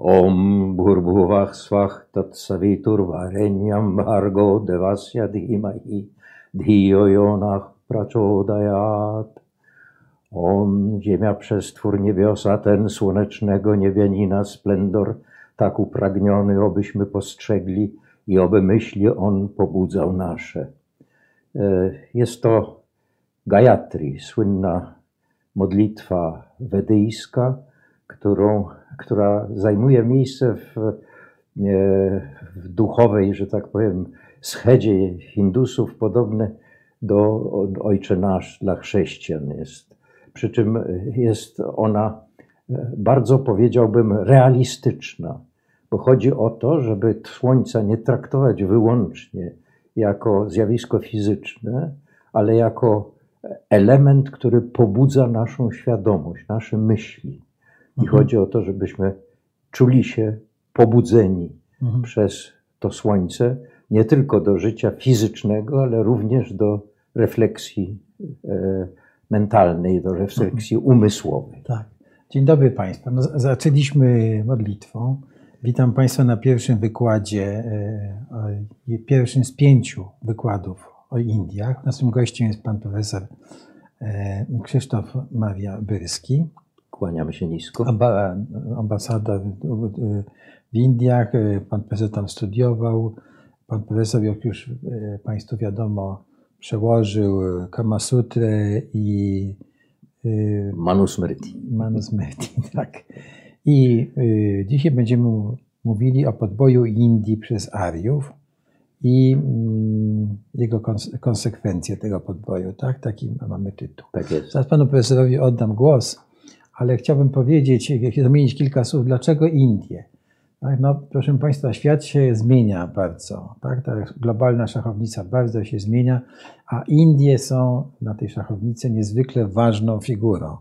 Om Bhurбhuvah Svah Tat Savitur Varenyam Bhargo Devasya Dhimahi Dhiyo Yonah Prachodayat. On, ziemia przestwór niebiosa, ten słonecznego niebianina splendor, tak upragniony, obyśmy postrzegli i oby myśli on pobudzał nasze. Jest to Gayatri, słynna modlitwa wedyjska, która zajmuje miejsce w duchowej, że tak powiem, schedzie Hindusów, podobne do Ojcze Nasz dla chrześcijan jest. Przy czym jest ona bardzo, powiedziałbym, realistyczna, bo chodzi o to, żeby Słońca nie traktować wyłącznie jako zjawisko fizyczne, ale jako element, który pobudza naszą świadomość, nasze myśli. I chodzi o to, żebyśmy czuli się pobudzeni przez to Słońce, nie tylko do życia fizycznego, ale również do refleksji mentalnej, do refleksji umysłowej. Tak. Dzień dobry Państwu. No, zaczęliśmy modlitwą. Witam Państwa na pierwszym wykładzie, pierwszym z 5 wykładów o Indiach. Naszym gościem jest pan profesor Krzysztof Maria Byrski. Kłaniamy się nisko. Ambasador w Indiach. Pan profesor tam studiował. Pan profesor, jak już Państwu wiadomo, przełożył Kama Sutrę i Manusmriti. Manusmriti, tak. I dzisiaj będziemy mówili o podboju Indii przez Aryów i jego konsekwencje tego podboju, tak? Taki mamy tytuł. Tak jest. Zaraz panu profesorowi oddam głos, ale chciałbym powiedzieć, zamienić kilka słów, dlaczego Indie? Tak? No, proszę Państwa, świat się zmienia bardzo, tak? Ta globalna szachownica bardzo się zmienia, a Indie są na tej szachownicy niezwykle ważną figurą.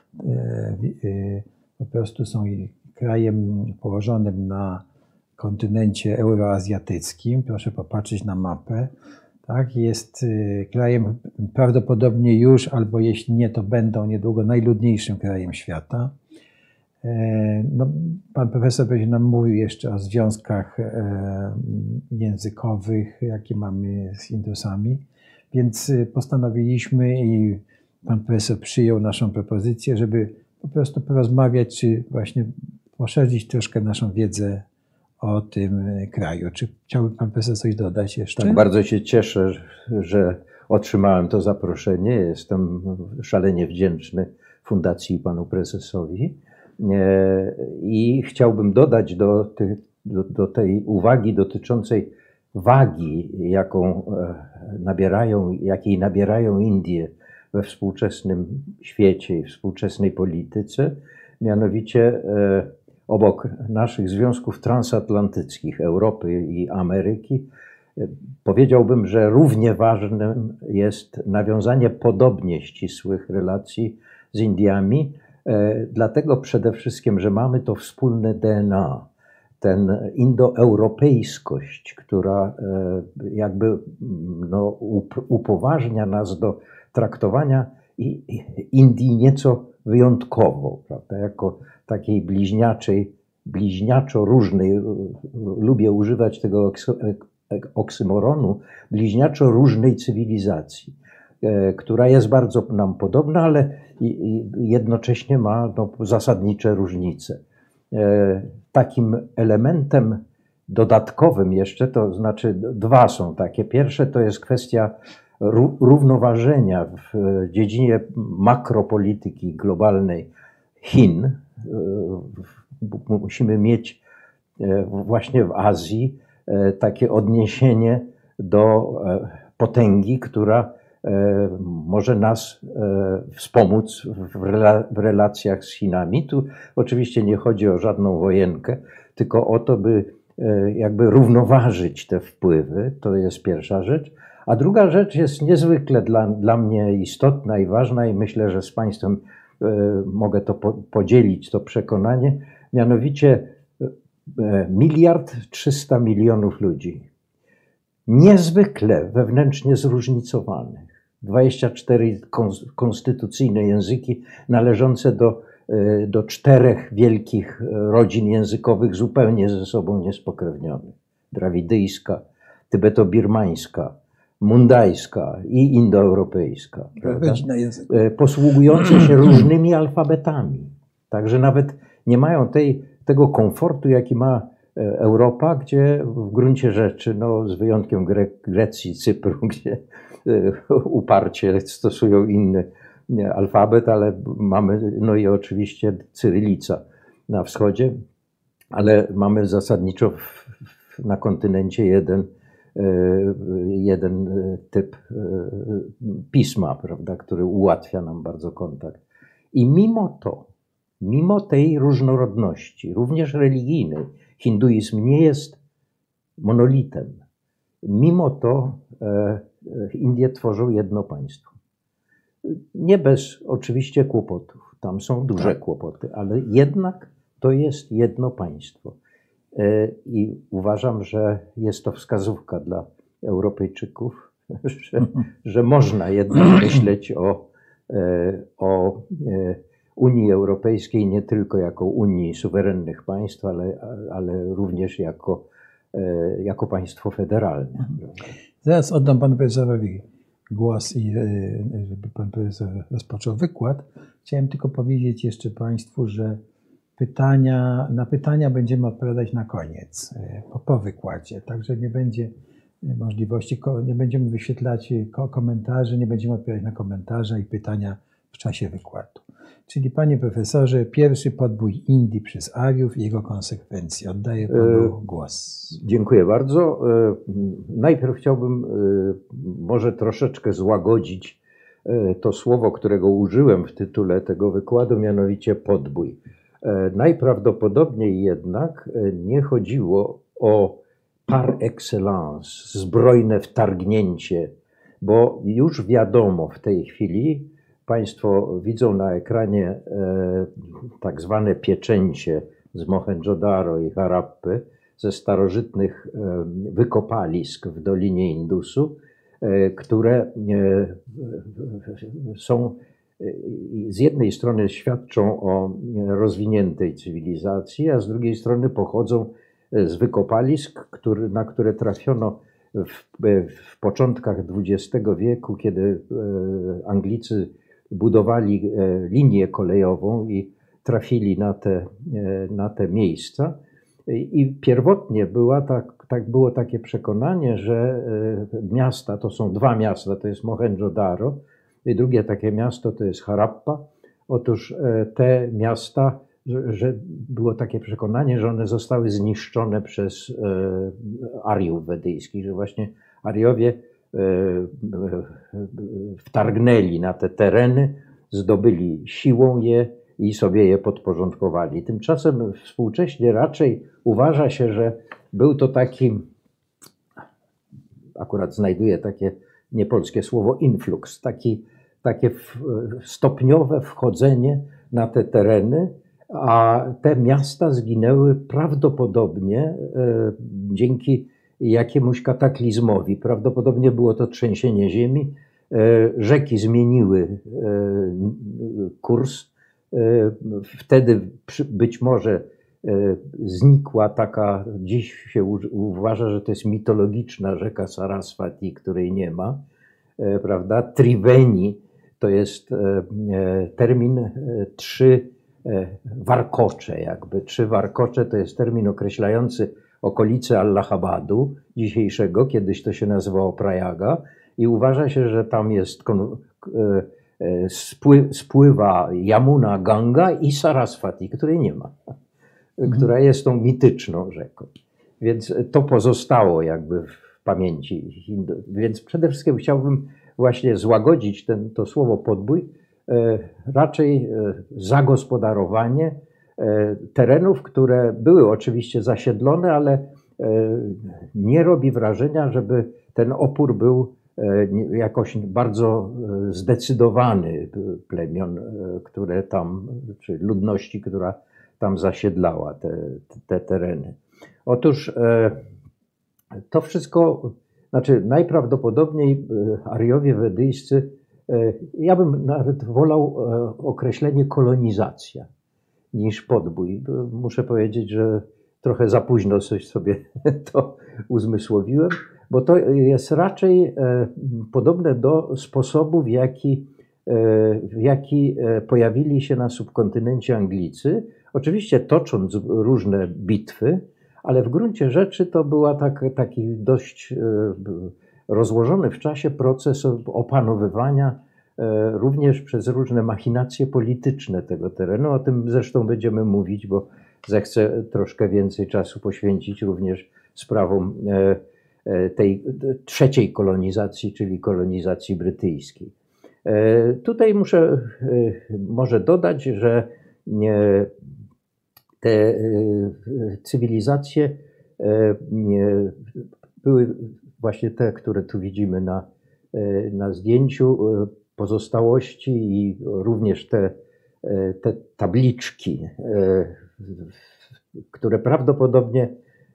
Po prostu są krajem położonym na kontynencie euroazjatyckim. Proszę popatrzeć na mapę. Tak? Jest krajem prawdopodobnie już, albo jeśli nie, to będą niedługo najludniejszym krajem świata. No, pan profesor będzie nam mówił jeszcze o związkach językowych, jakie mamy z Indusami, więc postanowiliśmy i pan profesor przyjął naszą propozycję, żeby po prostu porozmawiać, czy właśnie poszerzyć troszkę naszą wiedzę o tym kraju. Czy chciałby pan profesor coś dodać jeszcze? Tak, bardzo się cieszę, że otrzymałem to zaproszenie. Jestem szalenie wdzięczny Fundacji i panu prezesowi. I chciałbym dodać do tej uwagi dotyczącej wagi, jakiej nabierają Indie we współczesnym świecie i współczesnej polityce, mianowicie obok naszych związków transatlantyckich, Europy i Ameryki, powiedziałbym, że równie ważnym jest nawiązanie podobnie ścisłych relacji z Indiami, dlatego przede wszystkim, że mamy to wspólne DNA, tę indoeuropejskość, która jakby upoważnia nas do traktowania Indii nieco wyjątkowo, prawda? Jako takiej bliźniaczo różnej, lubię używać tego oksymoronu, bliźniaczo różnej cywilizacji, która jest bardzo nam podobna, ale jednocześnie ma zasadnicze różnice. Takim elementem dodatkowym jeszcze, to znaczy dwa są takie. Pierwsze to jest kwestia równoważenia w dziedzinie makropolityki globalnej Chin. Musimy mieć właśnie w Azji takie odniesienie do potęgi, która może nas wspomóc w relacjach z Chinami. Tu oczywiście nie chodzi o żadną wojenkę, tylko o to, by jakby równoważyć te wpływy. To jest pierwsza rzecz. A druga rzecz jest niezwykle dla mnie istotna i ważna i myślę, że z Państwem mogę to podzielić, to przekonanie, mianowicie 1,3 miliarda ludzi. Niezwykle wewnętrznie zróżnicowanych. 24 konstytucyjne języki należące do do 4 wielkich rodzin językowych zupełnie ze sobą niespokrewnionych. Drawidyjska, tybetobirmańska, mundajska i indoeuropejska. Posługujące się różnymi alfabetami. Także nawet nie mają tego komfortu, jaki ma Europa, gdzie w gruncie rzeczy, no, z wyjątkiem Grecji, Cypru, gdzie uparcie stosują inny alfabet, ale mamy, no i oczywiście cyrylica na wschodzie, ale mamy zasadniczo na kontynencie jeden typ pisma, prawda, który ułatwia nam bardzo kontakt. I mimo tej różnorodności, również religijnej, hinduizm nie jest monolitem. Mimo to Indie tworzą jedno państwo. Nie bez oczywiście kłopotów. Tam są duże kłopoty, ale jednak to jest jedno państwo. I uważam, że jest to wskazówka dla Europejczyków, że można jednak myśleć o Unii Europejskiej nie tylko jako Unii suwerennych państw, ale również jako państwo federalne. Zaraz oddam panu profesorowi głos i żeby pan profesor rozpoczął wykład. Chciałem tylko powiedzieć jeszcze państwu, że na pytania będziemy odpowiadać na koniec, po wykładzie. Także nie będzie możliwości, nie będziemy wyświetlać komentarzy, nie będziemy odpowiadać na komentarze i pytania w czasie wykładu. Czyli panie profesorze, pierwszy podbój Indii przez Ariów i jego konsekwencje. Oddaję panu głos. Dziękuję bardzo. Najpierw chciałbym może troszeczkę złagodzić to słowo, którego użyłem w tytule tego wykładu, mianowicie podbój. Najprawdopodobniej jednak nie chodziło o par excellence, zbrojne wtargnięcie, bo już wiadomo w tej chwili, państwo widzą na ekranie tak zwane pieczęcie z Mohendżodaro i Harappy, ze starożytnych wykopalisk w Dolinie Indusu, które są z jednej strony świadczą o rozwiniętej cywilizacji, a z drugiej strony pochodzą z wykopalisk, na które trafiono w początkach XX wieku, kiedy Anglicy budowali linię kolejową i trafili na te miejsca. I pierwotnie było takie przekonanie, że miasta, to są 2 miasta, to jest Mohendżodaro i drugie takie miasto to jest Harappa. Otóż te miasta, że było takie przekonanie, że one zostały zniszczone przez Ariów wedyjskich, że właśnie Ariowie wtargnęli na te tereny, zdobyli siłą je i sobie je podporządkowali. Tymczasem współcześnie raczej uważa się, że był to taki, akurat znajduję takie niepolskie słowo, influx, takie stopniowe wchodzenie na te tereny, a te miasta zginęły prawdopodobnie dzięki jakiemuś kataklizmowi. Prawdopodobnie było to trzęsienie ziemi, rzeki zmieniły kurs. Wtedy być może znikła taka, dziś się uważa, że to jest mitologiczna rzeka Saraswati, której nie ma, prawda? Triveni to jest termin 3 warkocze jakby. 3 warkocze to jest termin określający okolice Allahabadu dzisiejszego, kiedyś to się nazywało Prayaga i uważa się, że tam jest spływa Yamuna, Ganga i Saraswati, której nie ma, która jest tą mityczną rzeką. Więc to pozostało jakby w pamięci Hindu. Więc przede wszystkim chciałbym właśnie złagodzić to słowo podbój, raczej zagospodarowanie terenów, które były oczywiście zasiedlone, ale nie robi wrażenia, żeby ten opór był jakoś bardzo zdecydowany plemion, które tam, czy ludności, która tam zasiedlała te tereny. Otóż to wszystko, znaczy najprawdopodobniej Ariowie wedyjscy Ja bym nawet wolał określenie kolonizacja niż podbój. Muszę powiedzieć, że trochę za późno coś sobie to uzmysłowiłem, bo to jest raczej podobne do sposobu, w jaki pojawili się na subkontynencie Anglicy, oczywiście tocząc różne bitwy, ale w gruncie rzeczy to była taki dość rozłożony w czasie proces opanowywania również przez różne machinacje polityczne tego terenu. O tym zresztą będziemy mówić, bo zechcę troszkę więcej czasu poświęcić również sprawom tej trzeciej kolonizacji, czyli kolonizacji brytyjskiej. Tutaj muszę może dodać, że te cywilizacje były właśnie te, które tu widzimy na zdjęciu, pozostałości i również te tabliczki, które prawdopodobnie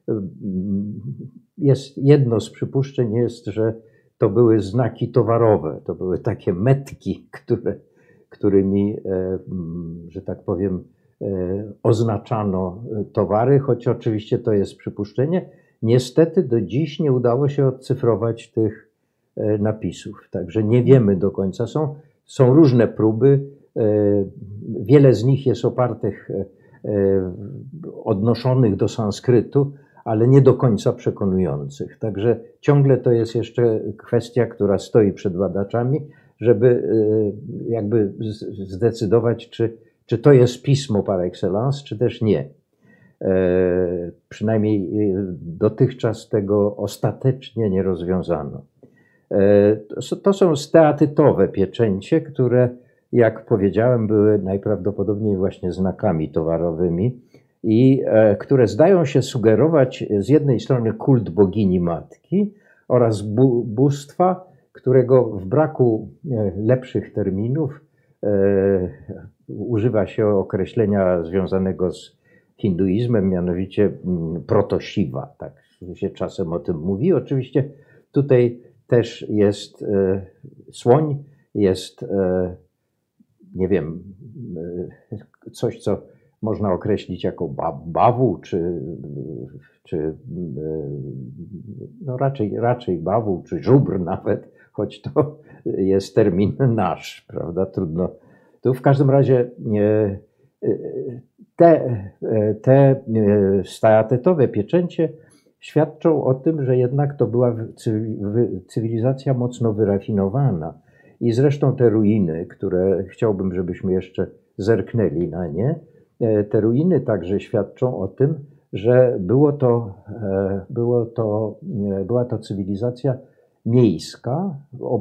jest jedno z przypuszczeń jest, że to były znaki towarowe, to były takie metki, którymi, że tak powiem, oznaczano towary, choć oczywiście to jest przypuszczenie. Niestety do dziś nie udało się odcyfrować tych napisów, także nie wiemy do końca. Są różne próby, wiele z nich jest opartych, odnoszonych do sanskrytu, ale nie do końca przekonujących. Także ciągle to jest jeszcze kwestia, która stoi przed badaczami, żeby jakby zdecydować, czy to jest pismo par excellence, czy też nie. Przynajmniej dotychczas tego ostatecznie nie rozwiązano. To są steatytowe pieczęcie, które, jak powiedziałem, były najprawdopodobniej właśnie znakami towarowymi i które zdają się sugerować z jednej strony kult bogini matki oraz bóstwa, którego w braku lepszych terminów używa się określenia związanego z hinduizmem, mianowicie proto-Shiva, tak się czasem o tym mówi. Oczywiście tutaj też jest słoń, jest, nie wiem, coś, co można określić jako bawół, czy no raczej bawół, czy żubr nawet, choć to jest termin nasz, prawda, trudno. Tu w każdym razie te steatytowe pieczęcie świadczą o tym, że jednak to była cywilizacja mocno wyrafinowana. I zresztą te ruiny, które chciałbym, żebyśmy jeszcze zerknęli na nie, te ruiny także świadczą o tym, że była to cywilizacja miejska o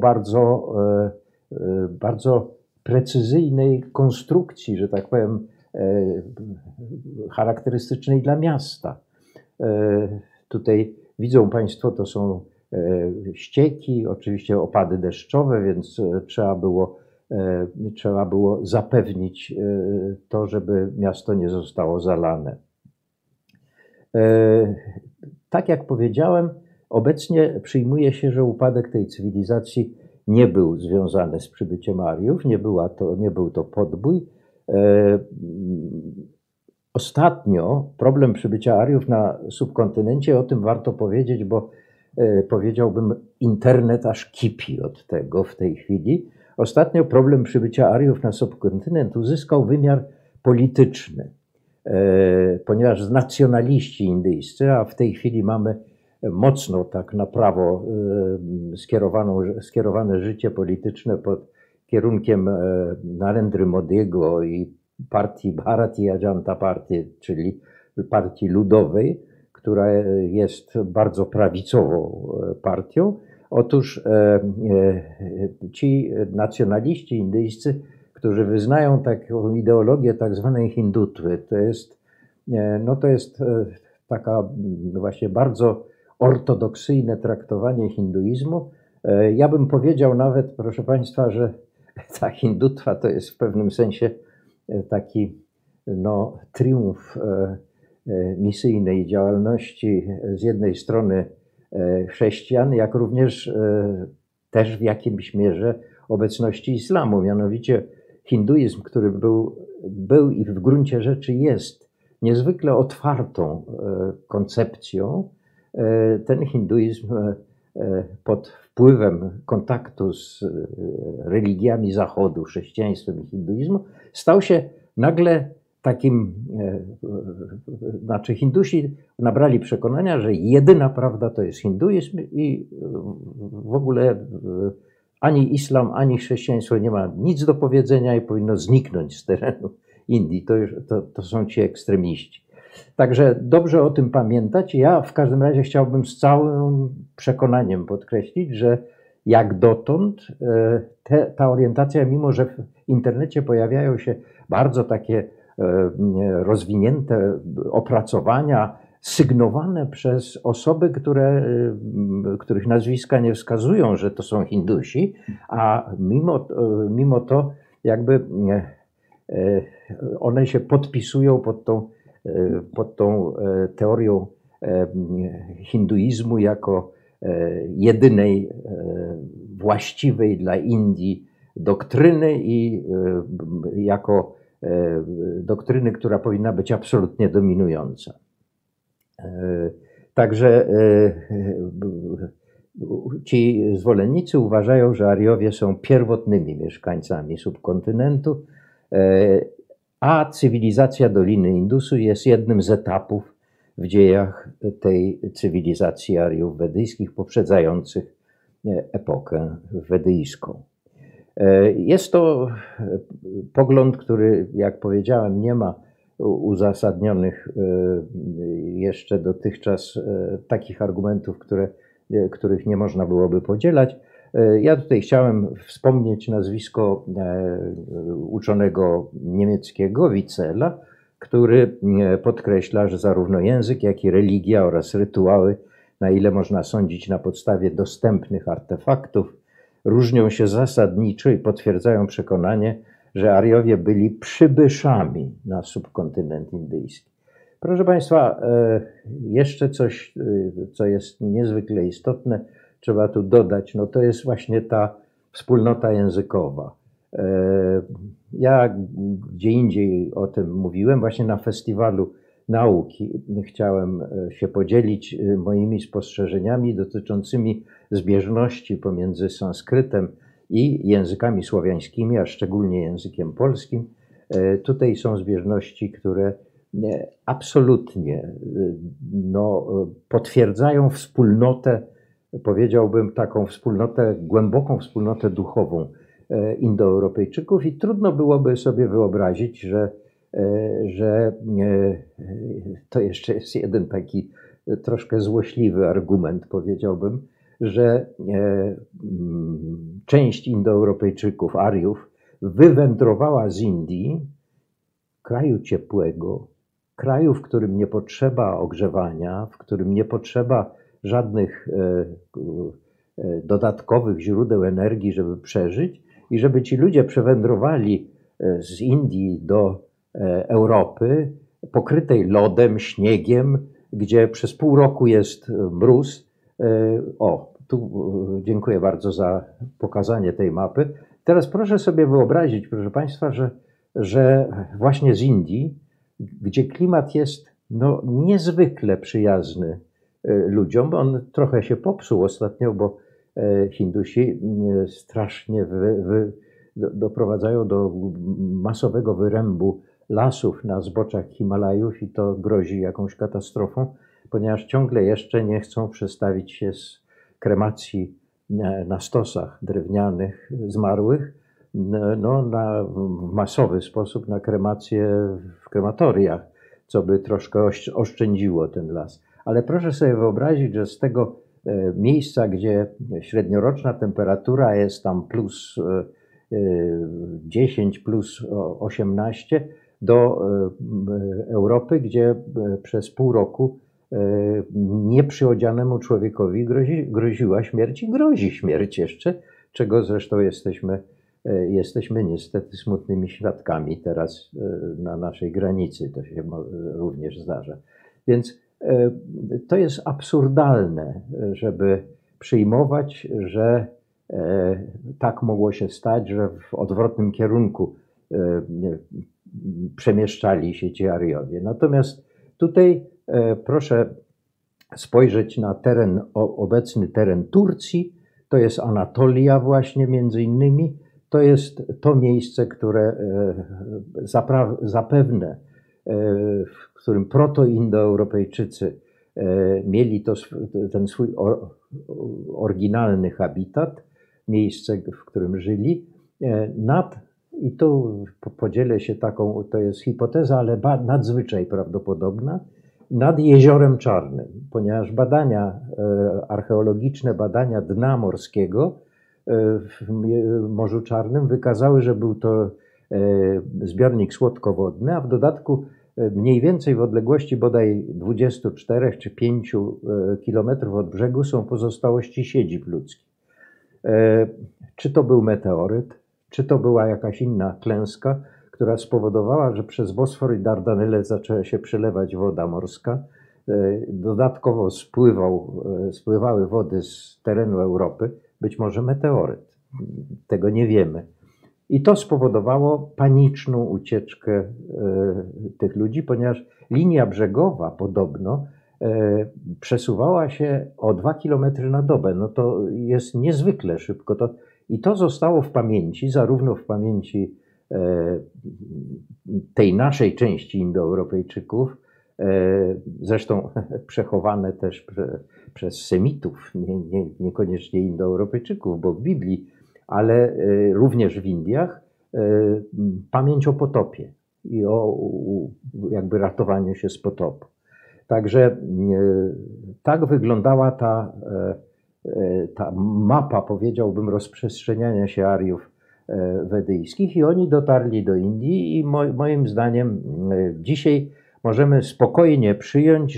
bardzo precyzyjnej konstrukcji, że tak powiem, charakterystycznej dla miasta. Tutaj widzą Państwo, to są ścieki, oczywiście opady deszczowe, więc trzeba było zapewnić to, żeby miasto nie zostało zalane. Tak jak powiedziałem, obecnie przyjmuje się, że upadek tej cywilizacji nie był związany z przybyciem Ariów, nie był to podbój. Ostatnio problem przybycia Ariów na subkontynencie, o tym warto powiedzieć, bo powiedziałbym, internet aż kipi od tego w tej chwili. Ostatnio problem przybycia Ariów na subkontynent uzyskał wymiar polityczny, ponieważ nacjonaliści indyjscy, a w tej chwili mamy mocno tak na prawo skierowane życie polityczne pod kierunkiem Narendry Modiego i partii Bharatiya Janata Party, czyli partii ludowej, która jest bardzo prawicową partią. Otóż ci nacjonaliści indyjscy, którzy wyznają taką ideologię tak zwanej hindutwy, to jest taka właśnie bardzo ortodoksyjne traktowanie hinduizmu. Ja bym powiedział nawet, proszę Państwa, że ta hindutwa to jest w pewnym sensie taki triumf misyjnej działalności z jednej strony chrześcijan, jak również też w jakimś mierze obecności islamu. Mianowicie hinduizm, który był i w gruncie rzeczy jest niezwykle otwartą koncepcją, ten hinduizm pod wpływem kontaktu z religiami Zachodu, chrześcijaństwem i hinduizmu, stał się nagle takim, znaczy Hindusi nabrali przekonania, że jedyna prawda to jest hinduizm i w ogóle ani islam, ani chrześcijaństwo nie ma nic do powiedzenia i powinno zniknąć z terenu Indii. To są ci ekstremiści. Także dobrze o tym pamiętać. Ja w każdym razie chciałbym z całym przekonaniem podkreślić, że jak dotąd ta orientacja, mimo że w internecie pojawiają się bardzo takie rozwinięte opracowania, sygnowane przez osoby, których nazwiska nie wskazują, że to są Hindusi, a mimo to jakby one się podpisują pod tą teorią hinduizmu jako jedynej właściwej dla Indii doktryny i jako doktryny, która powinna być absolutnie dominująca. Także ci zwolennicy uważają, że Ariowie są pierwotnymi mieszkańcami subkontynentu, a cywilizacja Doliny Indusu jest jednym z etapów w dziejach tej cywilizacji Ariów wedyjskich poprzedzających epokę wedyjską. Jest to pogląd, który, jak powiedziałem, nie ma uzasadnionych jeszcze dotychczas takich argumentów, których nie można byłoby podzielać. Ja tutaj chciałem wspomnieć nazwisko uczonego niemieckiego Witzela, który podkreśla, że zarówno język, jak i religia oraz rytuały, na ile można sądzić na podstawie dostępnych artefaktów, różnią się zasadniczo i potwierdzają przekonanie, że Ariowie byli przybyszami na subkontynent indyjski. Proszę Państwa, jeszcze coś, co jest niezwykle istotne, trzeba tu dodać, no to jest właśnie ta wspólnota językowa. Ja gdzie indziej o tym mówiłem, właśnie na Festiwalu Nauki. Chciałem się podzielić moimi spostrzeżeniami dotyczącymi zbieżności pomiędzy sanskrytem i językami słowiańskimi, a szczególnie językiem polskim. Tutaj są zbieżności, które absolutnie potwierdzają wspólnotę, powiedziałbym taką wspólnotę, głęboką wspólnotę duchową Indoeuropejczyków i trudno byłoby sobie wyobrazić, że to jeszcze jest jeden taki troszkę złośliwy argument, powiedziałbym, że część Indoeuropejczyków, Ariów, wywędrowała z Indii, kraju ciepłego, kraju, w którym nie potrzeba ogrzewania, w którym nie potrzeba żadnych dodatkowych źródeł energii, żeby przeżyć i żeby ci ludzie przewędrowali z Indii do Europy, pokrytej lodem, śniegiem, gdzie przez pół roku jest mróz. Tu dziękuję bardzo za pokazanie tej mapy. Teraz proszę sobie wyobrazić, proszę Państwa, że właśnie z Indii, gdzie klimat jest niezwykle przyjazny ludziom, on trochę się popsuł ostatnio, bo Hindusi strasznie doprowadzają do masowego wyrębu lasów na zboczach Himalajów i to grozi jakąś katastrofą, ponieważ ciągle jeszcze nie chcą przestawić się z kremacji na stosach drewnianych zmarłych w masowy sposób na kremację w krematoriach, co by troszkę oszczędziło ten las. Ale proszę sobie wyobrazić, że z tego miejsca, gdzie średnioroczna temperatura jest tam plus 10, plus 18, do Europy, gdzie przez pół roku nieprzyodzianemu człowiekowi groziła śmierć i grozi śmierć jeszcze, czego zresztą jesteśmy niestety smutnymi świadkami teraz na naszej granicy. To się również zdarza. Więc to jest absurdalne, żeby przyjmować, że tak mogło się stać, że w odwrotnym kierunku przemieszczali się ci Ariowie. Natomiast tutaj proszę spojrzeć na teren, obecny teren Turcji, to jest Anatolia właśnie między innymi, to jest to miejsce, które zapewne, w którym proto-indoeuropejczycy mieli ten swój oryginalny habitat, miejsce, w którym żyli, i tu podzielę się taką, to jest hipoteza, ale nadzwyczaj prawdopodobna, nad Jeziorem Czarnym, ponieważ badania archeologiczne, badania dna morskiego w Morzu Czarnym wykazały, że był to zbiornik słodkowodny, a w dodatku mniej więcej w odległości bodaj 24 czy 5 kilometrów od brzegu są pozostałości siedzib ludzkich. Czy to był meteoryt, czy to była jakaś inna klęska, która spowodowała, że przez Bosfor i Dardanelle zaczęła się przelewać woda morska. Dodatkowo spływały wody z terenu Europy, być może meteoryt. Tego nie wiemy. I to spowodowało paniczną ucieczkę tych ludzi, ponieważ linia brzegowa podobno przesuwała się o 2 km na dobę. No to jest niezwykle szybko. I to zostało w pamięci, zarówno w pamięci tej naszej części Indoeuropejczyków, zresztą przechowane też przez Semitów, niekoniecznie Indoeuropejczyków, bo w Biblii, ale również w Indiach, pamięć o potopie i o jakby ratowaniu się z potopu. Także tak wyglądała ta mapa, powiedziałbym, rozprzestrzeniania się Ariów wedyjskich i oni dotarli do Indii i moim zdaniem dzisiaj możemy spokojnie przyjąć,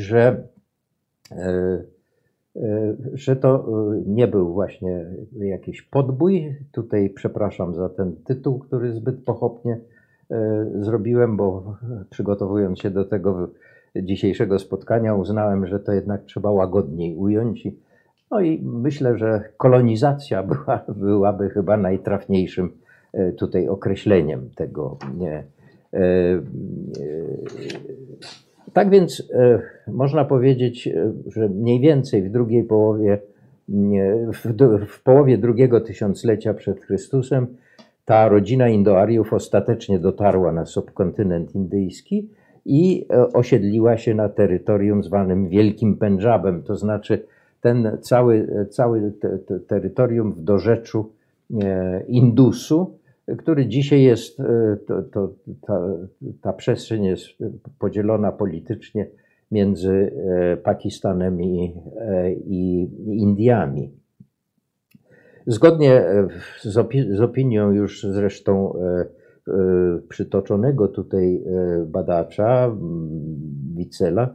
że to nie był właśnie jakiś podbój. Tutaj przepraszam za ten tytuł, który zbyt pochopnie zrobiłem, bo przygotowując się do tego dzisiejszego spotkania uznałem, że to jednak trzeba łagodniej ująć. No i myślę, że kolonizacja byłaby chyba najtrafniejszym tutaj określeniem tego. Tak więc można powiedzieć, że mniej więcej w połowie drugiego tysiąclecia przed Chrystusem ta rodzina Indoariów ostatecznie dotarła na subkontynent indyjski i osiedliła się na terytorium zwanym Wielkim Pendżabem, to znaczy ten cały terytorium w dorzeczu Indusu, który dzisiaj jest, ta przestrzeń jest podzielona politycznie między Pakistanem i Indiami. Zgodnie z opinią już zresztą przytoczonego tutaj badacza, Witzela,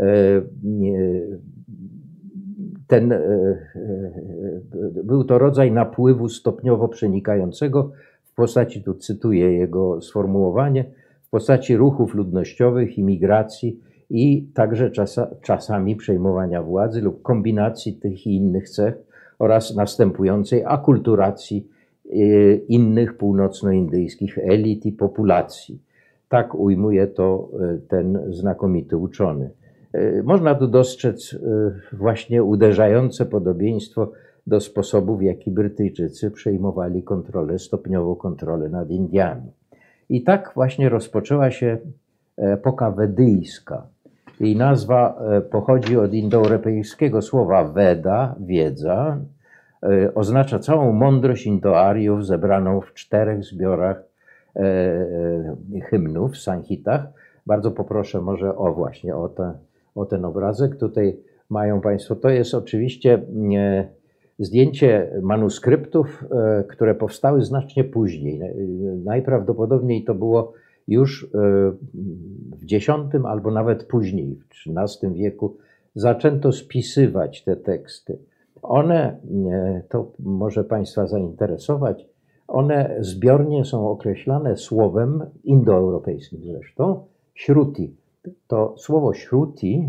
był to rodzaj napływu stopniowo przenikającego w postaci, tu cytuję jego sformułowanie, w postaci ruchów ludnościowych, imigracji i także czasami przejmowania władzy lub kombinacji tych i innych cech oraz następującej akulturacji innych północnoindyjskich elit i populacji. Tak ujmuje to ten znakomity uczony. Można tu dostrzec właśnie uderzające podobieństwo do sposobu, w jaki Brytyjczycy przejmowali stopniowo kontrolę nad Indiami. I tak właśnie rozpoczęła się epoka wedyjska. Jej nazwa pochodzi od indoeuropejskiego słowa Veda, wiedza. Oznacza całą mądrość Indoariów zebraną w 4 zbiorach hymnów, sanhitach. Bardzo poproszę może o ten obrazek. Tutaj mają Państwo, to jest oczywiście zdjęcie manuskryptów, które powstały znacznie później. Najprawdopodobniej to było już w X albo nawet później, w XIII wieku, zaczęto spisywać te teksty. One, to może Państwa zainteresować, one zbiornie są określane słowem indoeuropejskim zresztą, śruti. To słowo śruti,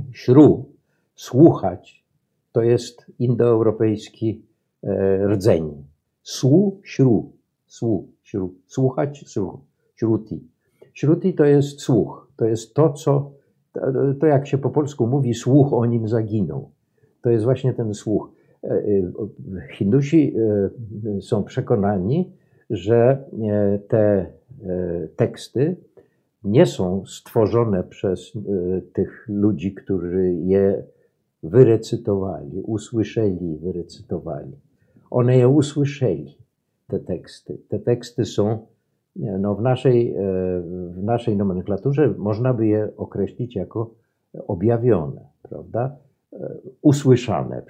słuchać, to jest indoeuropejski rdzeń. słuchać, śruti. Śruti to jest słuch, to jest to jak się po polsku mówi, słuch o nim zaginął. To jest właśnie ten słuch. Hindusi są przekonani, że te teksty nie są stworzone przez tych ludzi, którzy je wyrecytowali, usłyszeli, wyrecytowali. One je usłyszeli, te teksty. Te teksty są, no w naszej nomenklaturze można by je określić jako objawione, prawda? Usłyszane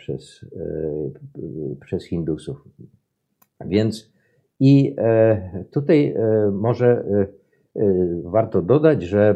przez Hindusów. Więc i tutaj może warto dodać, że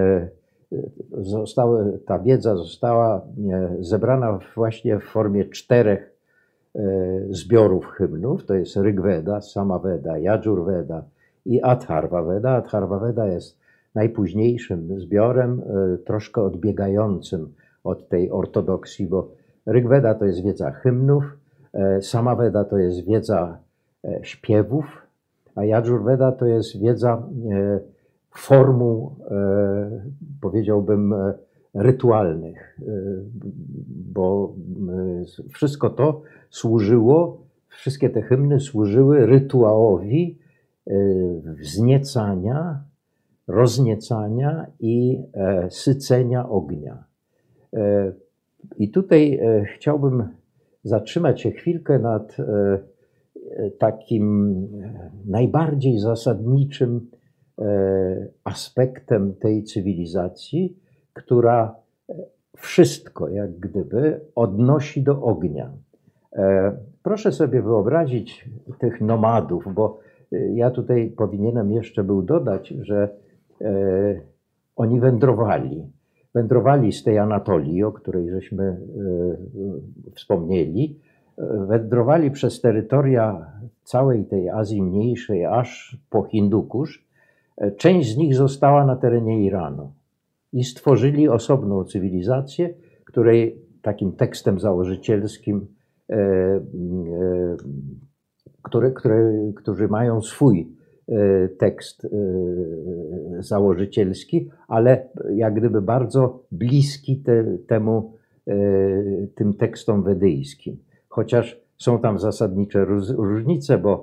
ta wiedza została zebrana właśnie w formie 4 zbiorów hymnów. To jest Rigveda, Samaveda, Yajurveda i Atharvaveda. Atharvaveda jest najpóźniejszym zbiorem, troszkę odbiegającym od tej ortodoksji, bo Rigveda to jest wiedza hymnów, Samaveda to jest wiedza śpiewów, a Yajurveda to jest wiedza formuł, powiedziałbym, rytualnych, bo wszystko to służyło, wszystkie te hymny służyły rytuałowi wzniecania, rozniecania i sycenia ognia. I tutaj chciałbym zatrzymać się chwilkę nad takim najbardziej zasadniczym aspektem tej cywilizacji, która wszystko jak gdyby odnosi do ognia. Proszę sobie wyobrazić tych nomadów, bo ja tutaj powinienem jeszcze był dodać, że oni wędrowali. Wędrowali z tej Anatolii, o której żeśmy wspomnieli. Wędrowali przez terytoria całej tej Azji Mniejszej, aż po Hindukusz. Część z nich została na terenie Iranu i stworzyli osobną cywilizację, której takim tekstem założycielskim, którzy mają swój tekst założycielski, ale jak gdyby bardzo bliski tym tekstom wedyjskim. Chociaż są tam zasadnicze różnice, bo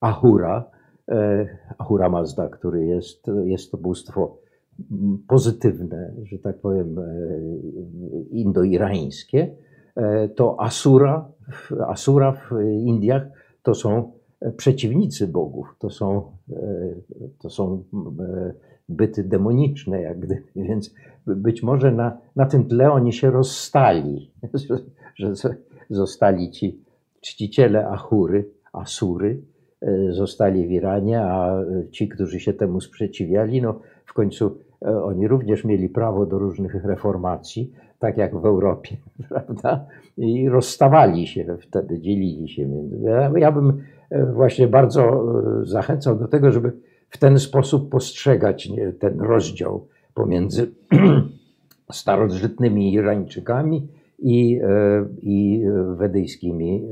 Ahura Mazda, który jest to bóstwo pozytywne, że tak powiem, indoirańskie, to Asura w Indiach to są przeciwnicy bogów, to są byty demoniczne, jak gdyby, więc być może na tym tle oni się rozstali, że zostali ci czciciele Asury, zostali w Iranie, a ci, którzy się temu sprzeciwiali, no w końcu oni również mieli prawo do różnych reformacji, tak jak w Europie, prawda? I rozstawali się wtedy, dzielili się. Ja bym właśnie bardzo zachęcał do tego, żeby w ten sposób postrzegać ten rozdział pomiędzy starożytnymi Irańczykami i wedyjskimi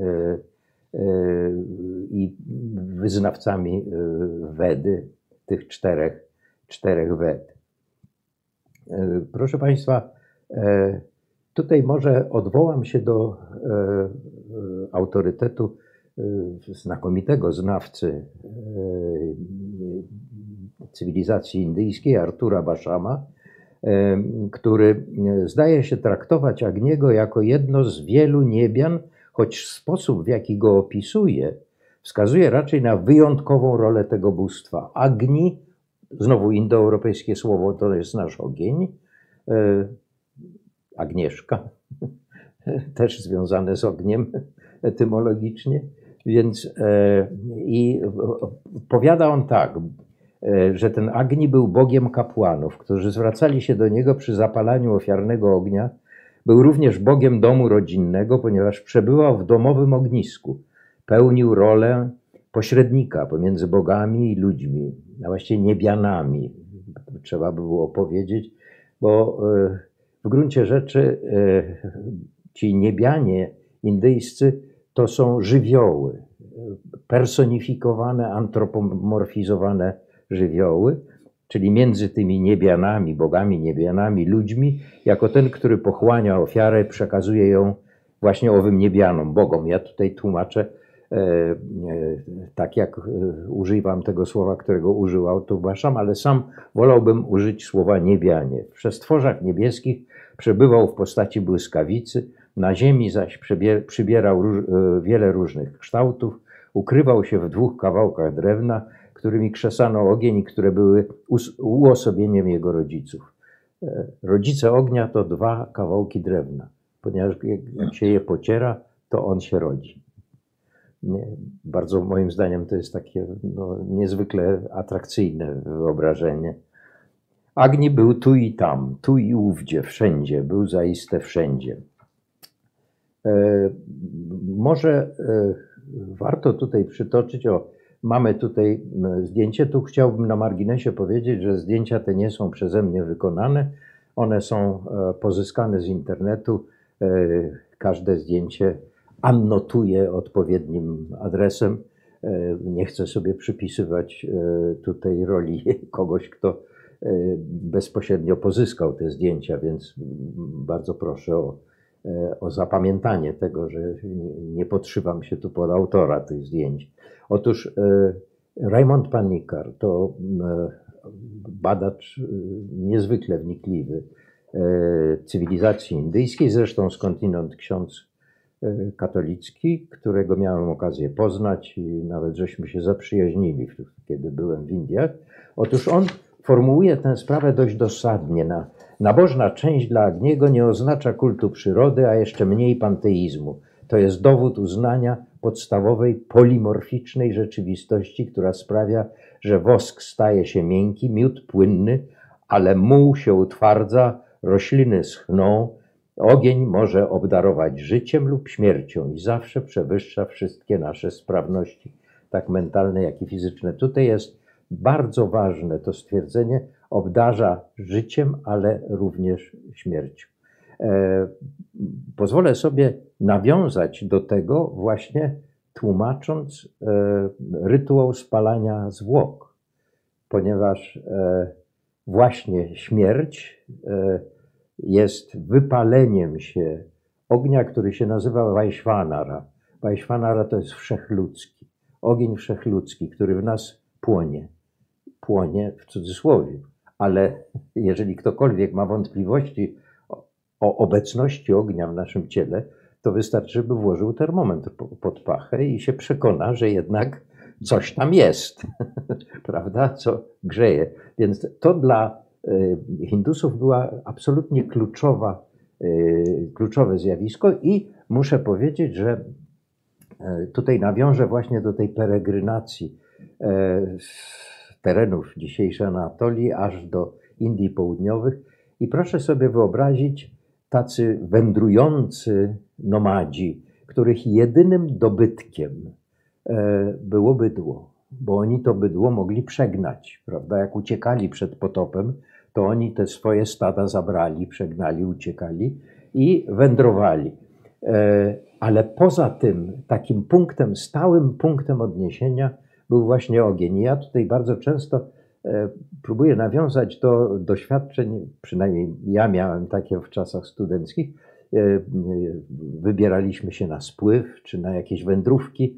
i wyznawcami Wedy, tych czterech Wed. Proszę Państwa, tutaj może odwołam się do autorytetu znakomitego znawcy cywilizacji indyjskiej, Artura Bashama, który zdaje się traktować Agniego jako jedno z wielu niebian, choć sposób, w jaki go opisuje, wskazuje raczej na wyjątkową rolę tego bóstwa. Agni, znowu indoeuropejskie słowo, to jest nasz ogień, Agnieszka, też związane z ogniem etymologicznie, więc i powiada on tak, że ten Agni był bogiem kapłanów, którzy zwracali się do niego przy zapalaniu ofiarnego ognia. Był również bogiem domu rodzinnego, ponieważ przebywał w domowym ognisku. Pełnił rolę pośrednika pomiędzy bogami i ludźmi, a właściwie niebianami, trzeba by było powiedzieć, bo w gruncie rzeczy ci niebianie indyjscy to są żywioły, personifikowane, antropomorfizowane żywioły, czyli między tymi niebianami, bogami, niebianami, ludźmi, jako ten, który pochłania ofiarę, przekazuje ją właśnie owym niebianom, bogom. Ja tutaj tłumaczę tak, jak używam tego słowa, którego użył autor Baszam, ale sam wolałbym użyć słowa niebianie. W przestworzach niebieskich przebywał w postaci błyskawicy, na ziemi zaś przybierał wiele różnych kształtów, ukrywał się w 2 kawałkach drewna, którymi krzesano ogień i które były uosobieniem jego rodziców. Rodzice ognia to 2 kawałki drewna, ponieważ jak się je pociera, to on się rodzi. Bardzo moim zdaniem to jest takie niezwykle atrakcyjne wyobrażenie. Agni był tu i tam, tu i ówdzie, wszędzie, był zaiste wszędzie. Może warto tutaj przytoczyć, mamy tutaj zdjęcie, tu chciałbym na marginesie powiedzieć, że zdjęcia te nie są przeze mnie wykonane, one są pozyskane z internetu, każde zdjęcie annotuję odpowiednim adresem. Nie chcę sobie przypisywać tutaj roli kogoś, kto bezpośrednio pozyskał te zdjęcia, więc bardzo proszę o zapamiętanie tego, że nie podszywam się tu pod autora tych zdjęć. Otóż Raymond Panikkar to badacz niezwykle wnikliwy cywilizacji indyjskiej, zresztą skądinąd ksiądz katolicki, którego miałem okazję poznać i nawet żeśmy się zaprzyjaźnili, kiedy byłem w Indiach. Otóż on formułuje tę sprawę dość dosadnie. Nabożna część dla Agniego nie oznacza kultu przyrody, a jeszcze mniej panteizmu. To jest dowód uznania podstawowej polimorficznej rzeczywistości, która sprawia, że wosk staje się miękki, miód płynny, ale muł się utwardza, rośliny schną, ogień może obdarować życiem lub śmiercią i zawsze przewyższa wszystkie nasze sprawności, tak mentalne, jak i fizyczne. Tutaj jest bardzo ważne to stwierdzenie, obdarza życiem, ale również śmiercią. Pozwolę sobie nawiązać do tego właśnie tłumacząc rytuał spalania zwłok, ponieważ właśnie śmierć jest wypaleniem się ognia, który się nazywa Vaishvanara. Vaishvanara to jest wszechludzki, ogień wszechludzki, który w nas płonie. Płonie w cudzysłowie, ale jeżeli ktokolwiek ma wątpliwości o obecności ognia w naszym ciele, to wystarczy, żeby włożył termometr pod pachę i się przekona, że jednak coś tam jest, prawda, co grzeje. Więc to dla Hindusów była absolutnie kluczowe zjawisko i muszę powiedzieć, że tutaj nawiążę właśnie do tej peregrynacji terenów dzisiejszej Anatolii aż do Indii Południowych i proszę sobie wyobrazić tacy wędrujący nomadzi, których jedynym dobytkiem było bydło, bo oni to bydło mogli przegnać, prawda? Jak uciekali przed potopem, to oni te swoje stada zabrali, przegnali, uciekali i wędrowali. Ale poza tym takim punktem, stałym punktem odniesienia był właśnie ogień. I ja tutaj bardzo często próbuję nawiązać do doświadczeń, przynajmniej ja miałem takie w czasach studenckich. Wybieraliśmy się na spływ czy na jakieś wędrówki.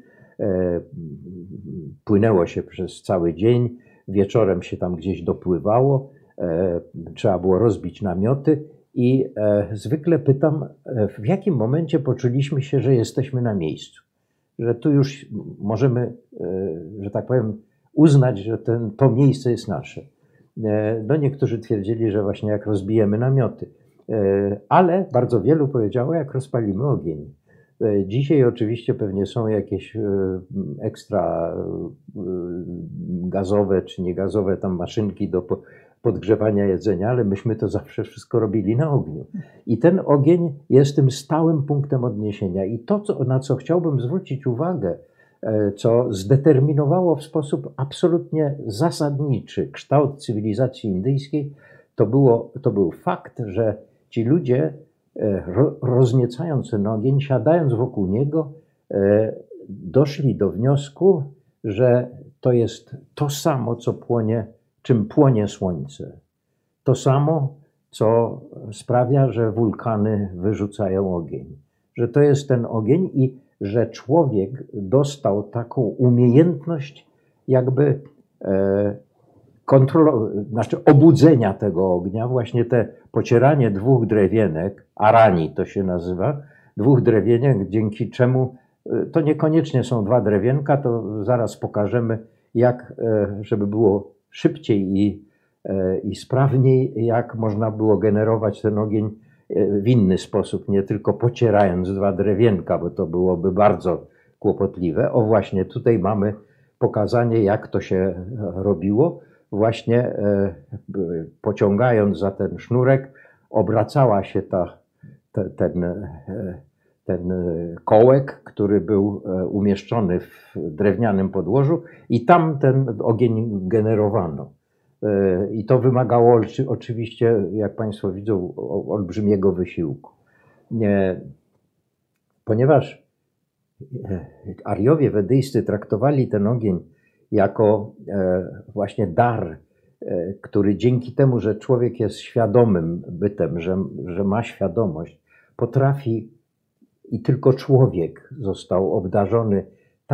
Płynęło się przez cały dzień, wieczorem się tam gdzieś dopływało, trzeba było rozbić namioty i zwykle pytam, w jakim momencie poczuliśmy się, że jesteśmy na miejscu, że tu już możemy, że tak powiem, uznać, że to miejsce jest nasze. No niektórzy twierdzili, że właśnie jak rozbijemy namioty, ale bardzo wielu powiedziało, jak rozpalimy ogień. Dzisiaj oczywiście pewnie są jakieś ekstra gazowe czy niegazowe tam maszynki do podgrzewania jedzenia, ale myśmy to zawsze wszystko robili na ogniu. I ten ogień jest tym stałym punktem odniesienia. I to, na co chciałbym zwrócić uwagę, co zdeterminowało w sposób absolutnie zasadniczy kształt cywilizacji indyjskiej, to był fakt, że ci ludzie rozniecając ten ogień, siadając wokół niego, doszli do wniosku, że to jest to samo, co płonie, czym płonie słońce. To samo, co sprawia, że wulkany wyrzucają ogień. Że to jest ten ogień i że człowiek dostał taką umiejętność jakby obudzenia tego ognia. Właśnie te pocieranie dwóch drewienek, arani to się nazywa, dwóch drewienek, dzięki czemu to niekoniecznie są dwa drewienka, to zaraz pokażemy, jak, żeby było szybciej i sprawniej, jak można było generować ten ogień w inny sposób, nie tylko pocierając dwa drewienka, bo to byłoby bardzo kłopotliwe. O właśnie, tutaj mamy pokazanie, jak to się robiło. Właśnie pociągając za ten sznurek, obracała się ten kołek, który był umieszczony w drewnianym podłożu i tam ten ogień generowano. I to wymagało oczywiście, jak Państwo widzą, olbrzymiego wysiłku. Ponieważ Arjowie wedyjscy traktowali ten ogień jako właśnie dar, który dzięki temu, że człowiek jest świadomym bytem, że ma świadomość, potrafi i tylko człowiek został obdarzony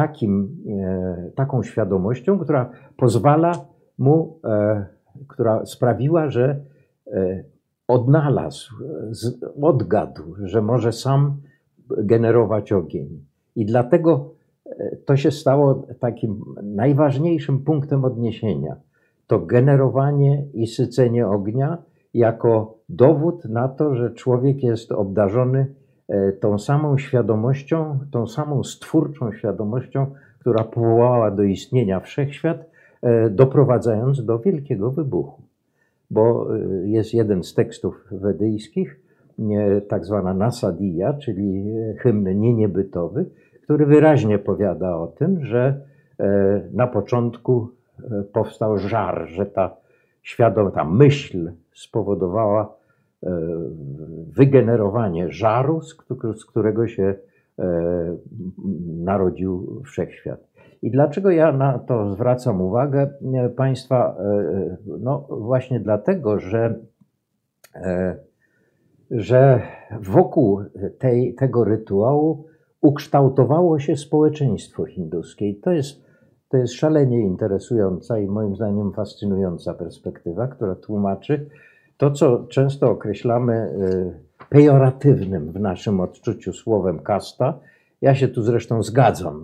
taką świadomością, która pozwala mu, która sprawiła, że odnalazł, odgadł, że może sam generować ogień. I dlatego to się stało takim najważniejszym punktem odniesienia. To generowanie i sycenie ognia jako dowód na to, że człowiek jest obdarzony tą samą świadomością, tą samą stwórczą świadomością, która powołała do istnienia wszechświat, doprowadzając do wielkiego wybuchu. Bo jest jeden z tekstów wedyjskich, tak zwana Nasadiya, czyli hymn nieniebytowy, który wyraźnie powiada o tym, że na początku powstał żar, że ta myśl spowodowała wygenerowanie żaru, z którego się narodził wszechświat. I dlaczego ja na to zwracam uwagę Państwa? No właśnie dlatego, że wokół tego rytuału ukształtowało się społeczeństwo hinduskie. I to jest szalenie interesująca i moim zdaniem fascynująca perspektywa, która tłumaczy to, co często określamy pejoratywnym w naszym odczuciu słowem kasta. Ja się tu zresztą zgadzam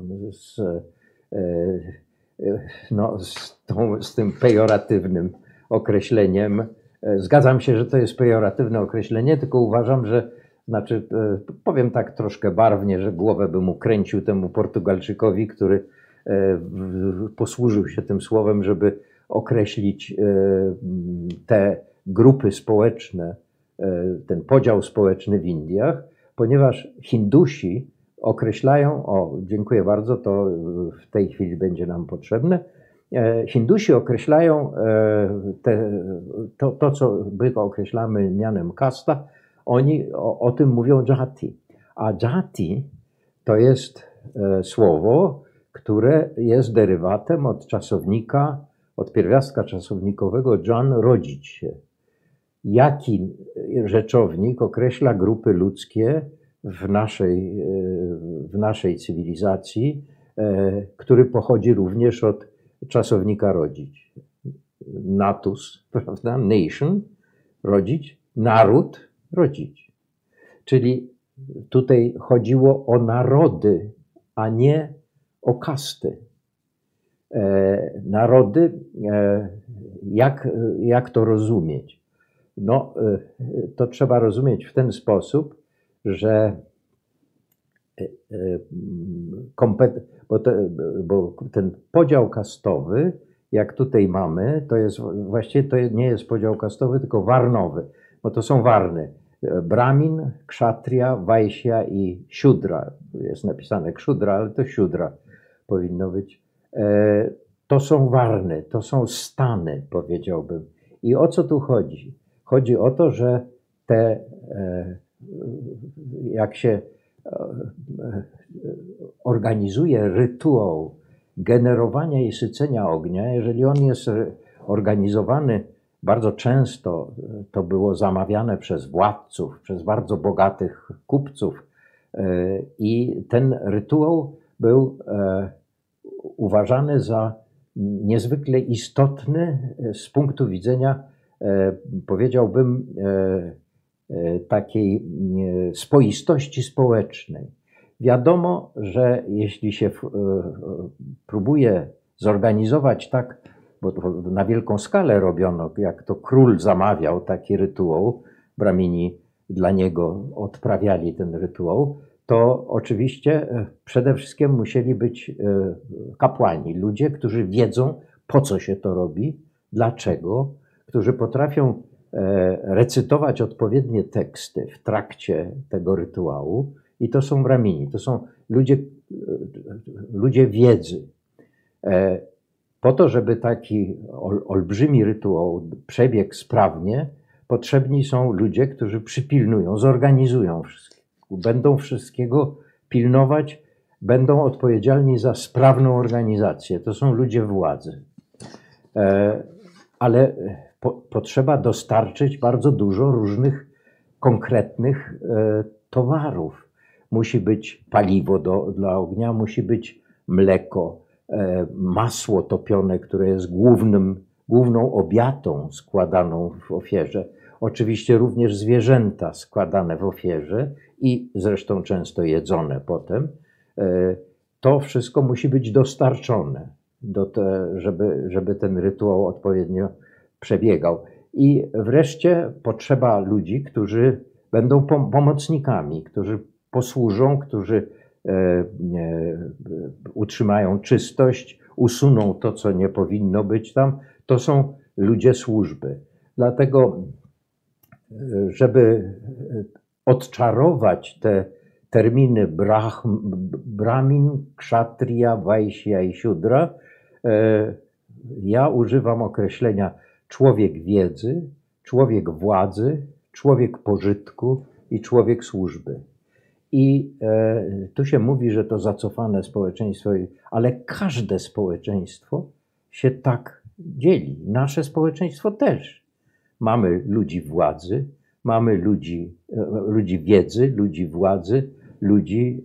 z tym pejoratywnym określeniem. Zgadzam się, że to jest pejoratywne określenie, tylko uważam, że, powiem tak troszkę barwnie, że głowę bym ukręcił temu Portugalczykowi, który posłużył się tym słowem, żeby określić te grupy społeczne, ten podział społeczny w Indiach, ponieważ Hindusi określają, dziękuję bardzo, to w tej chwili będzie nam potrzebne, Hindusi określają to, co my określamy mianem kasta, oni o tym mówią jati. A jati to jest słowo, które jest derywatem od czasownika, od pierwiastka czasownikowego Jan, rodzić się. Jaki rzeczownik określa grupy ludzkie w naszej cywilizacji, który pochodzi również od czasownika rodzić. Natus, prawda? Nation, rodzić, naród, rodzić. Czyli tutaj chodziło o narody, a nie o kasty. Narody, jak to rozumieć? No, to trzeba rozumieć w ten sposób, że bo ten podział kastowy, jak tutaj mamy, to jest właściwie to nie jest podział kastowy, tylko warnowy, bo to są warny. Brahmin, kshatriya, vaishya i shudra. Jest napisane kshudra, ale to shudra powinno być. To są warny, to są stany, powiedziałbym. I o co tu chodzi? Chodzi o to, że jak się organizuje rytuał generowania i sycenia ognia, jeżeli on jest organizowany bardzo często, to było zamawiane przez władców, przez bardzo bogatych kupców i ten rytuał był uważany za niezwykle istotny z punktu widzenia, powiedziałbym, takiej spoistości społecznej. Wiadomo, że jeśli się próbuje zorganizować tak, bo to na wielką skalę robiono, jak to król zamawiał taki rytuał, Brahmini dla niego odprawiali ten rytuał, to oczywiście przede wszystkim musieli być kapłani, ludzie, którzy wiedzą, po co się to robi, dlaczego, którzy potrafią recytować odpowiednie teksty w trakcie tego rytuału i to są Brahmini, to są ludzie wiedzy. Po to, żeby taki olbrzymi rytuał przebiegł sprawnie, potrzebni są ludzie, którzy przypilnują, zorganizują wszystko, będą wszystkiego pilnować, będą odpowiedzialni za sprawną organizację. To są ludzie władzy. Ale potrzeba dostarczyć bardzo dużo różnych konkretnych towarów. Musi być paliwo dla ognia, musi być mleko, masło topione, które jest główną obiatą składaną w ofierze. Oczywiście również zwierzęta składane w ofierze i zresztą często jedzone potem. To wszystko musi być dostarczone, żeby ten rytuał odpowiednio przebiegał. I wreszcie potrzeba ludzi, którzy będą pomocnikami, którzy posłużą, którzy utrzymają czystość, usuną to, co nie powinno być tam. To są ludzie służby. Dlatego, żeby odczarować te terminy Brahmin, Kshatriya, Vaishya i Shudra, ja używam określenia człowiek wiedzy, człowiek władzy, człowiek pożytku i człowiek służby. I tu się mówi, że to zacofane społeczeństwo, ale każde społeczeństwo się tak dzieli. Nasze społeczeństwo też. Mamy ludzi władzy, mamy ludzi wiedzy, ludzi władzy, ludzi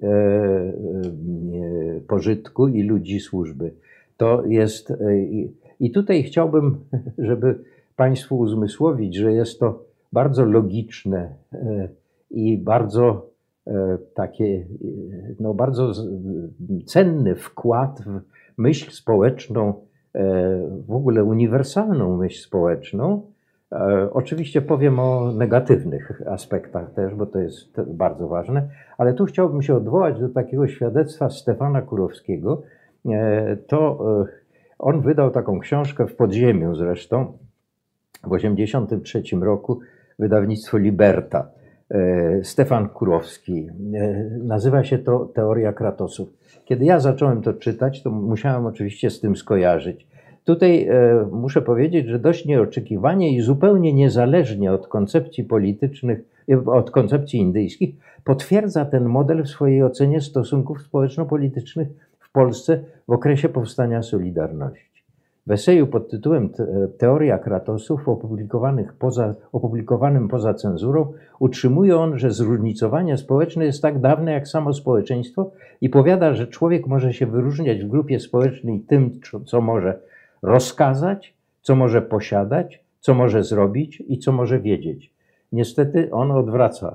pożytku i ludzi służby. To jest, i tutaj chciałbym, żeby Państwu uzmysłowić, że jest to bardzo logiczne i bardzo takie, no bardzo cenny wkład w myśl społeczną, w ogóle uniwersalną myśl społeczną. Oczywiście powiem o negatywnych aspektach też, bo to jest bardzo ważne, ale tu chciałbym się odwołać do takiego świadectwa Stefana Kurowskiego. To on wydał taką książkę w podziemiu zresztą w 1983 roku, wydawnictwo Liberta. Stefan Kurowski. Nazywa się to Teoria Kratosów. Kiedy ja zacząłem to czytać, to musiałem oczywiście z tym skojarzyć. Tutaj muszę powiedzieć, że dość nieoczekiwanie i zupełnie niezależnie od koncepcji politycznych, od koncepcji indyjskich, potwierdza ten model w swojej ocenie stosunków społeczno-politycznych w Polsce w okresie powstania Solidarności. W eseju pod tytułem Teoria Kratosów, opublikowanym poza cenzurą, utrzymuje on, że zróżnicowanie społeczne jest tak dawne jak samo społeczeństwo i powiada, że człowiek może się wyróżniać w grupie społecznej tym, co może rozkazać, co może posiadać, co może zrobić i co może wiedzieć. Niestety on odwraca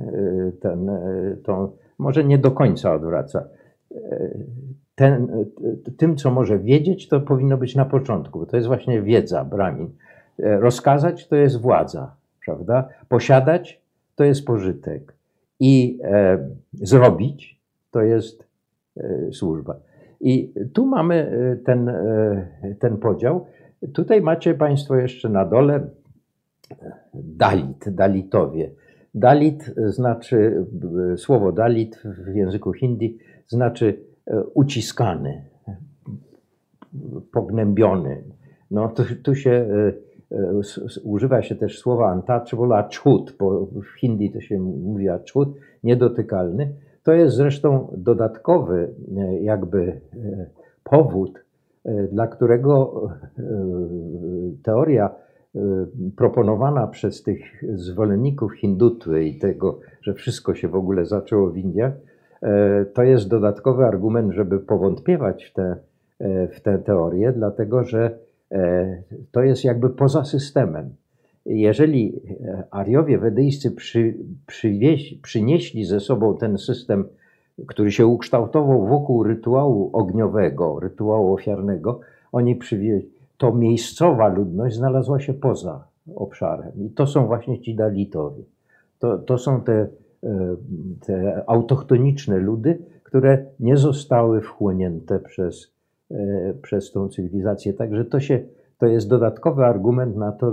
może nie do końca odwraca. Tym, co może wiedzieć, to powinno być na początku, bo to jest właśnie wiedza, Brahmin. Rozkazać to jest władza, prawda? Posiadać to jest pożytek i zrobić to jest służba. I tu mamy ten podział. Tutaj macie Państwo jeszcze na dole Dalit, Dalitowie. Dalit znaczy, słowo Dalit w języku hindi znaczy uciskany, pognębiony. No, tu się używa się też słowa untouchable, achut, bo w hindi to się mówi achut, niedotykalny. To jest zresztą dodatkowy jakby powód, dla którego teoria proponowana przez tych zwolenników hindutwy i tego, że wszystko się w ogóle zaczęło w Indiach, to jest dodatkowy argument, żeby powątpiewać w tę teorię, dlatego że to jest jakby poza systemem. Jeżeli Ariowie wedyjscy przynieśli ze sobą ten system, który się ukształtował wokół rytuału ogniowego, rytuału ofiarnego, oni przywieźli, to miejscowa ludność znalazła się poza obszarem. I to są właśnie ci Dalitowie. To są te autochtoniczne ludy, które nie zostały wchłonięte przez tą cywilizację. Także to jest dodatkowy argument na to,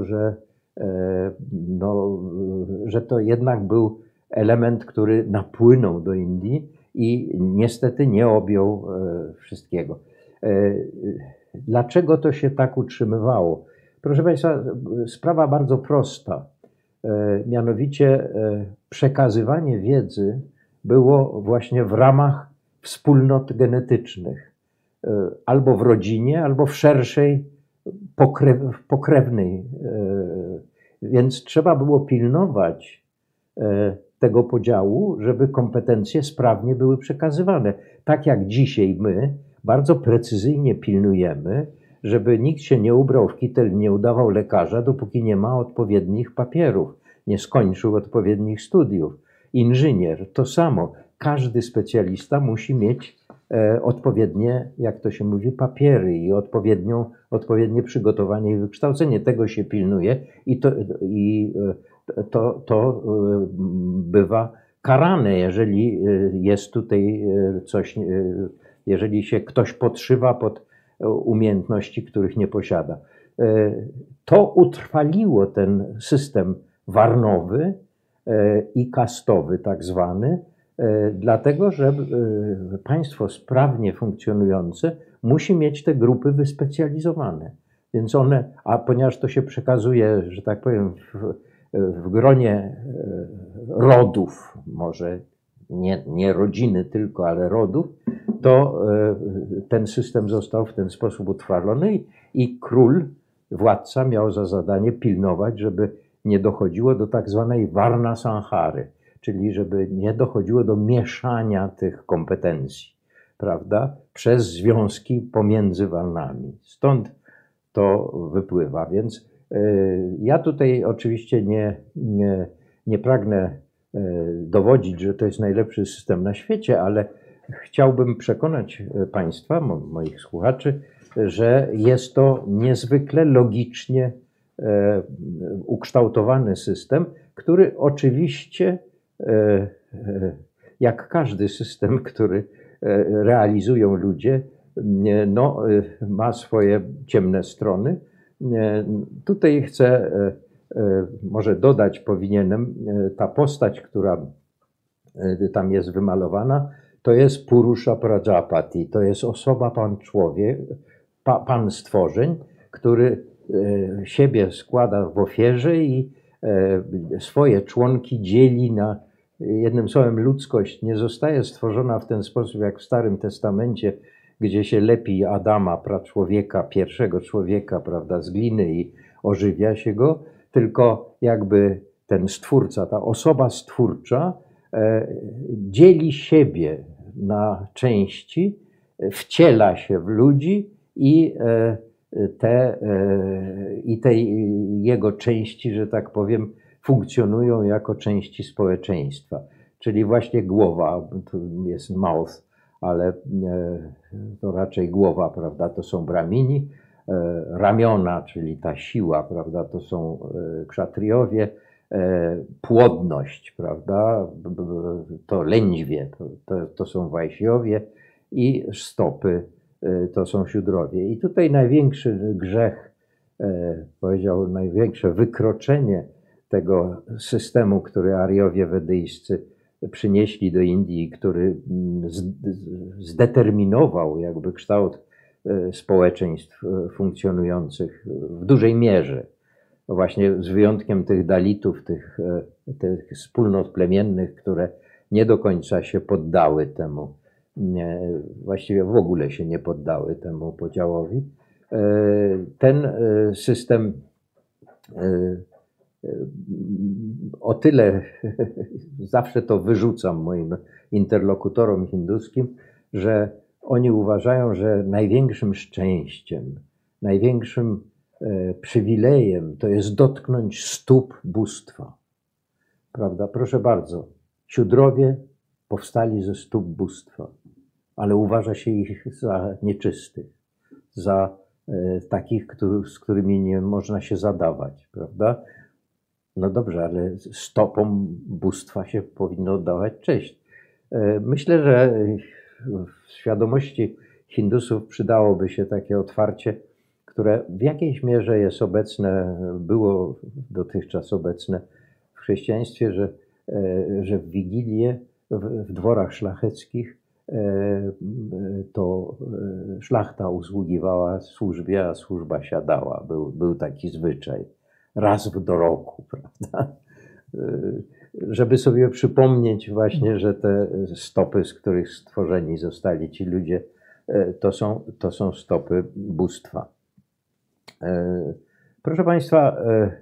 że to jednak był element, który napłynął do Indii i niestety nie objął wszystkiego. Dlaczego to się tak utrzymywało? Proszę Państwa, sprawa bardzo prosta. Mianowicie przekazywanie wiedzy było właśnie w ramach wspólnot genetycznych. Albo w rodzinie, albo w szerszej pokrewnej. Więc trzeba było pilnować tego podziału, żeby kompetencje sprawnie były przekazywane. Tak jak dzisiaj my bardzo precyzyjnie pilnujemy, żeby nikt się nie ubrał w kitel, nie udawał lekarza, dopóki nie ma odpowiednich papierów, nie skończył odpowiednich studiów. Inżynier to samo. Każdy specjalista musi mieć odpowiednie, jak to się mówi, papiery i odpowiednie przygotowanie i wykształcenie. Tego się pilnuje i to bywa karane, jeżeli jest tutaj coś, jeżeli się ktoś podszywa pod umiejętności, których nie posiada. To utrwaliło ten system warnowy i kastowy tak zwany, dlatego że państwo sprawnie funkcjonujące musi mieć te grupy wyspecjalizowane. Więc one, a ponieważ to się przekazuje, że tak powiem, w gronie rodów, może nie rodziny tylko, ale rodów, to ten system został w ten sposób utrwalony i król, władca miał za zadanie pilnować, żeby nie dochodziło do tak zwanej Varna Sanhary, czyli żeby nie dochodziło do mieszania tych kompetencji, prawda, przez związki pomiędzy Varnami. Stąd to wypływa. Więc ja tutaj oczywiście nie pragnę dowodzić, że to jest najlepszy system na świecie, ale chciałbym przekonać Państwa, moich słuchaczy, że jest to niezwykle logicznie ukształtowany system, który oczywiście, jak każdy system, który realizują ludzie, ma swoje ciemne strony. Tutaj chcę może dodać powinienem, ta postać, która tam jest wymalowana, to jest Purusha Prajapati, to jest osoba, pan stworzeń, który siebie składa w ofierze i swoje członki dzieli na, jednym słowem, ludzkość nie zostaje stworzona w ten sposób jak w Starym Testamencie, gdzie się lepi Adama, praczłowieka, pierwszego człowieka, prawda, z gliny i ożywia się go, tylko jakby ten stwórca, ta osoba stwórcza dzieli siebie na części, wciela się w ludzi i te jego części, że tak powiem, funkcjonują jako części społeczeństwa. Czyli właśnie głowa, tu jest mouth, ale to raczej głowa, prawda, to są Brahmini, ramiona, czyli ta siła, prawda, to są kszatriowie, płodność, prawda, to lędźwie, to są Wajśjowie i stopy to są Siudrowie. I tutaj największy grzech, powiedział, największe wykroczenie tego systemu, który Ariowie wedyjscy przynieśli do Indii, który zdeterminował jakby kształt społeczeństw funkcjonujących w dużej mierze. Właśnie z wyjątkiem tych Dalitów, tych wspólnot plemiennych, które nie do końca się poddały temu, właściwie w ogóle się nie poddały temu podziałowi. Ten system o tyle zawsze to wyrzucam moim interlokutorom hinduskim, że oni uważają, że największym szczęściem, największym przywilejem to jest dotknąć stóp bóstwa. Prawda? Proszę bardzo, Siudrowie powstali ze stóp bóstwa, ale uważa się ich za nieczystych, za takich, z którymi nie można się zadawać, prawda? No dobrze, ale stopom bóstwa się powinno oddawać cześć. Myślę, że w świadomości Hindusów przydałoby się takie otwarcie, które w jakiejś mierze jest obecne, było dotychczas obecne w chrześcijaństwie, że w Wigilię w dworach szlacheckich to szlachta usługiwała służbie, a służba siadała. Był taki zwyczaj. Raz do roku, prawda? Żeby sobie przypomnieć właśnie, że te stopy, z których stworzeni zostali ci ludzie, to są stopy bóstwa. Proszę Państwa,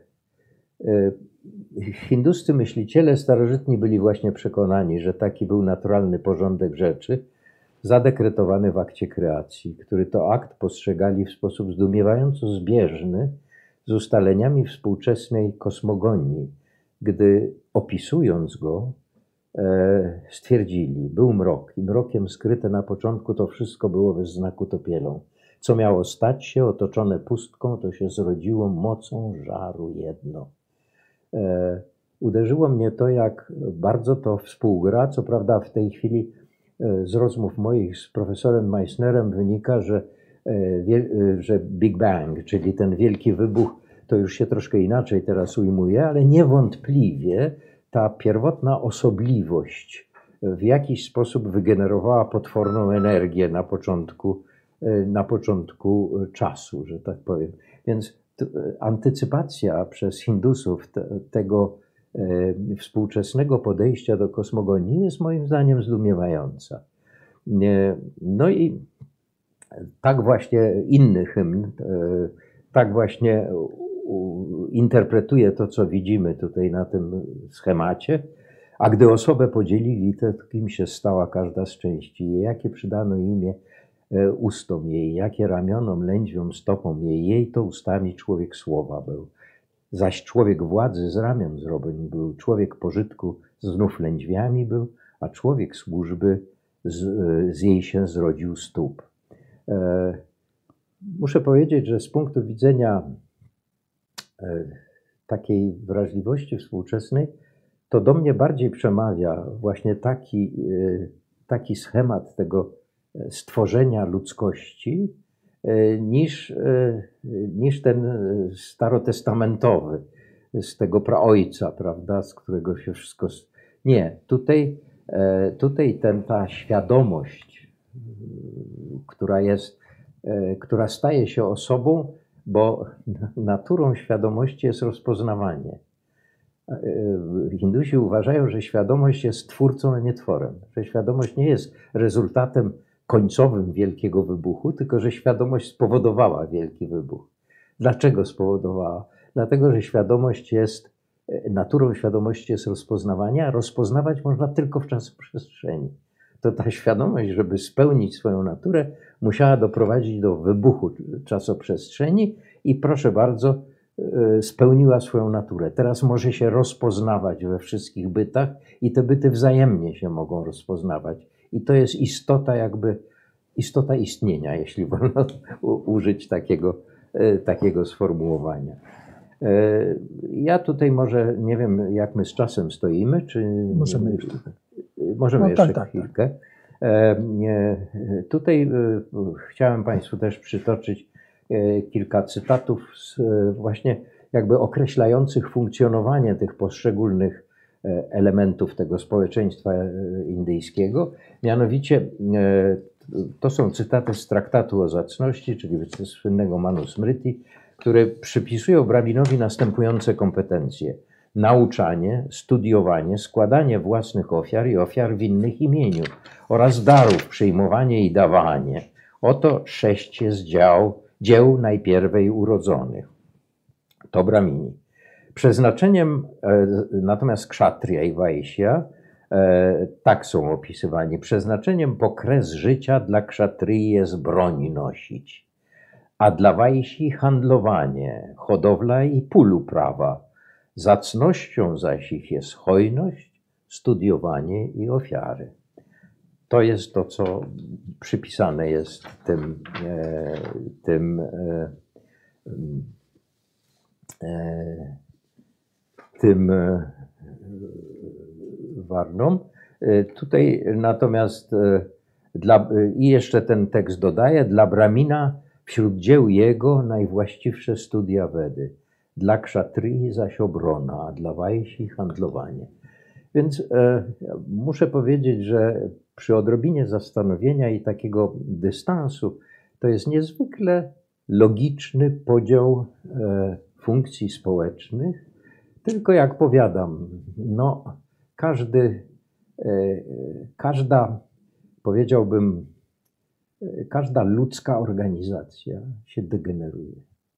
hinduscy myśliciele starożytni byli właśnie przekonani, że taki był naturalny porządek rzeczy zadekretowany w akcie kreacji, który to akt postrzegali w sposób zdumiewająco zbieżny z ustaleniami współczesnej kosmogonii, gdy opisując go stwierdzili, był mrok i mrokiem skryte na początku to wszystko było bez znaku topielą. Co miało stać się otoczone pustką, to się zrodziło mocą żaru jedno. Uderzyło mnie to, jak bardzo to współgra. Co prawda w tej chwili z rozmów moich z profesorem Meissnerem wynika, że Big Bang, czyli ten wielki wybuch, to już się troszkę inaczej teraz ujmuje, ale niewątpliwie ta pierwotna osobliwość w jakiś sposób wygenerowała potworną energię na początku czasu, że tak powiem. Więc antycypacja przez Hindusów tego współczesnego podejścia do kosmogonii jest moim zdaniem zdumiewająca. No i tak właśnie inny hymn, tak właśnie interpretuje to, co widzimy tutaj na tym schemacie. A gdy osobę podzielili, to kim się stała każda z części jej, jakie przydano imię ustom jej, jakie ramionom, lędźwiom, stopom jej to ustami człowiek słowa był. Zaś człowiek władzy z ramion zrobiony był, człowiek pożytku znów lędźwiami był, a człowiek służby z jej się zrodził stóp. Muszę powiedzieć, że z punktu widzenia takiej wrażliwości współczesnej, to do mnie bardziej przemawia właśnie taki schemat tego stworzenia ludzkości niż ten starotestamentowy, z tego praojca, prawda, z którego się wszystko... Nie, tutaj ta świadomość, która staje się osobą, bo naturą świadomości jest rozpoznawanie. Hindusi uważają, że świadomość jest twórcą, a nie tworem. Że świadomość nie jest rezultatem końcowym wielkiego wybuchu, tylko że świadomość spowodowała wielki wybuch. Dlaczego spowodowała? Dlatego, że naturą świadomości jest rozpoznawanie, a rozpoznawać można tylko w czasoprzestrzeni. To ta świadomość, żeby spełnić swoją naturę, musiała doprowadzić do wybuchu czasoprzestrzeni i proszę bardzo, spełniła swoją naturę. Teraz może się rozpoznawać we wszystkich bytach i te byty wzajemnie się mogą rozpoznawać. I to jest istota istnienia, jeśli wolno użyć takiego sformułowania. Ja tutaj może, nie wiem jak my z czasem stoimy, czy... Możemy jeszcze. Możemy jeszcze chwilkę. Tutaj chciałem Państwu też przytoczyć kilka cytatów właśnie jakby określających funkcjonowanie tych poszczególnych elementów tego społeczeństwa indyjskiego. Mianowicie to są cytaty z Traktatu o Zacności, czyli ze słynnego Manusmriti, które przypisują Brahminowi następujące kompetencje. nauczanie, studiowanie, składanie własnych ofiar i ofiar w innych imieniu oraz darów, przyjmowanie i dawanie. Oto 6 jest dzieł najpierwej urodzonych. To Brahmini. Przeznaczeniem natomiast kshatriya i vaishya tak są opisywani. Przeznaczeniem pokres życia dla kshatryi jest broń nosić, a dla vaishyi handlowanie, hodowla i pulu prawa. Zacnością zaś ich jest hojność, studiowanie i ofiary. To jest to, co przypisane jest tym Warnom. Tutaj natomiast i jeszcze ten tekst dodaje, dla Brahmina wśród dzieł jego najwłaściwsze studia Vedy, dla kshatryi zaś obrona, a dla vaishyi handlowanie. Więc muszę powiedzieć, że przy odrobinie zastanowienia i takiego dystansu to jest niezwykle logiczny podział funkcji społecznych, tylko jak powiadam, no każda, powiedziałbym, każda ludzka organizacja się degeneruje.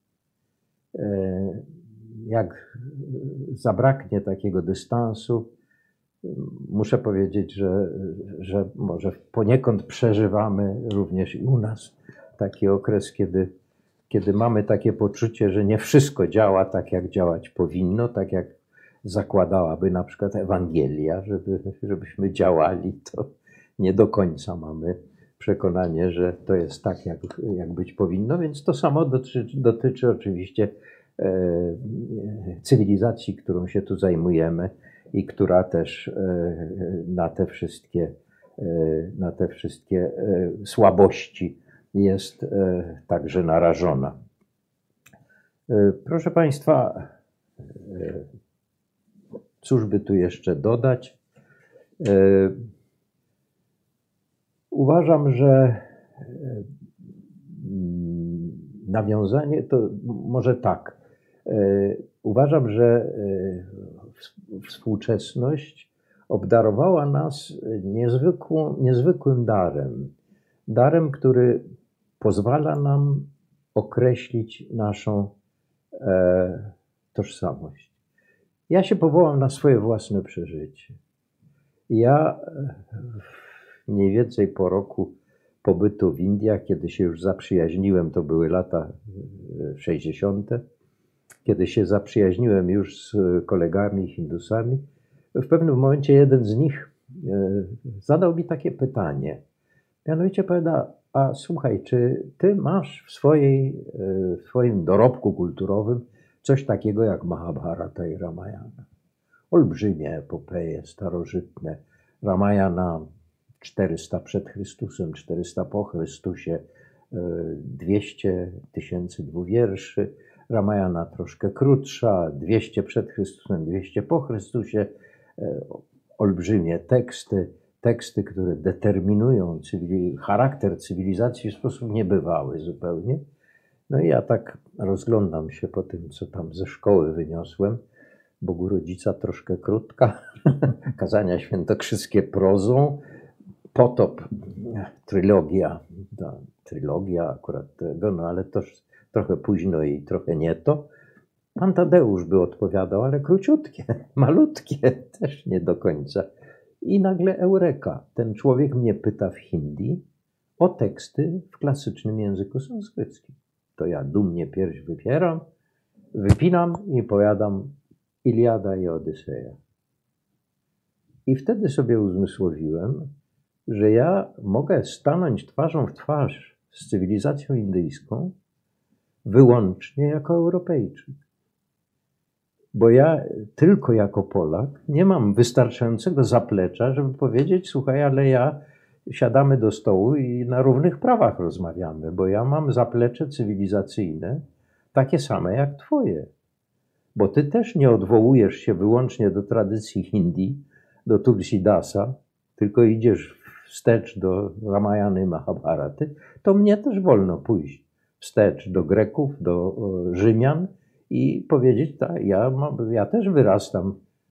Jak zabraknie takiego dystansu, muszę powiedzieć, że może poniekąd przeżywamy również i u nas taki okres, kiedy mamy takie poczucie, że nie wszystko działa tak, jak działać powinno, tak jak zakładałaby na przykład Ewangelia, żebyśmy działali, to nie do końca mamy przekonanie, że to jest tak, jak być powinno, więc to samo dotyczy oczywiście cywilizacji, którą się tu zajmujemy i która też na te wszystkie słabości jest także narażona. Proszę Państwa, cóż by tu jeszcze dodać? Uważam, że nawiązanie to może tak. Uważam, że współczesność obdarowała nas niezwykłym darem. Darem, który pozwala nam określić naszą tożsamość. Ja się powołam na swoje własne przeżycie. Ja mniej więcej po roku pobytu w Indiach, kiedy się już zaprzyjaźniłem, to były lata 60., kiedy się zaprzyjaźniłem już z kolegami Hindusami, w pewnym momencie jeden z nich zadał mi takie pytanie. Mianowicie powiada, a słuchaj, czy ty masz w swoim dorobku kulturowym coś takiego jak Mahabharata i Ramayana? Olbrzymie epopeje starożytne. Ramayana 400 przed Chrystusem, 400 po Chrystusie, 200 000 dwuwierszy. Ramayana troszkę krótsza, 200 przed Chrystusem, 200 po Chrystusie. Olbrzymie teksty, które determinują charakter cywilizacji w sposób niebywały zupełnie. No i ja tak rozglądam się po tym, co tam ze szkoły wyniosłem. Bogu Rodzica troszkę krótka, kazania świętokrzyskie prozą, Potop, trylogia akurat tego, no ale to trochę późno i trochę nie to. Pan Tadeusz by odpowiadał, ale króciutkie, malutkie, też nie do końca. I nagle eureka, ten człowiek mnie pyta w hindi o teksty w klasycznym języku sanskryckim. To ja dumnie pierś wypinam i powiadam Iliada i Odyseja. I wtedy sobie uzmysłowiłem, że ja mogę stanąć twarzą w twarz z cywilizacją indyjską wyłącznie jako Europejczyk. Bo ja tylko jako Polak nie mam wystarczającego zaplecza, żeby powiedzieć, słuchaj, ale siadamy do stołu i na równych prawach rozmawiamy, bo ja mam zaplecze cywilizacyjne takie same jak twoje. Bo ty też nie odwołujesz się wyłącznie do tradycji Hindi, do Tulsidasa, tylko idziesz wstecz do Ramayany, Mahabharaty, to mnie też wolno pójść wstecz do Greków, do Rzymian i powiedzieć, tak, ja też wyrastam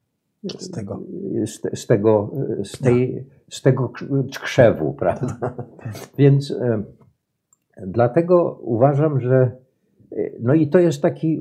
z tego krzewu, prawda? Więc dlatego uważam, że no i to jest taki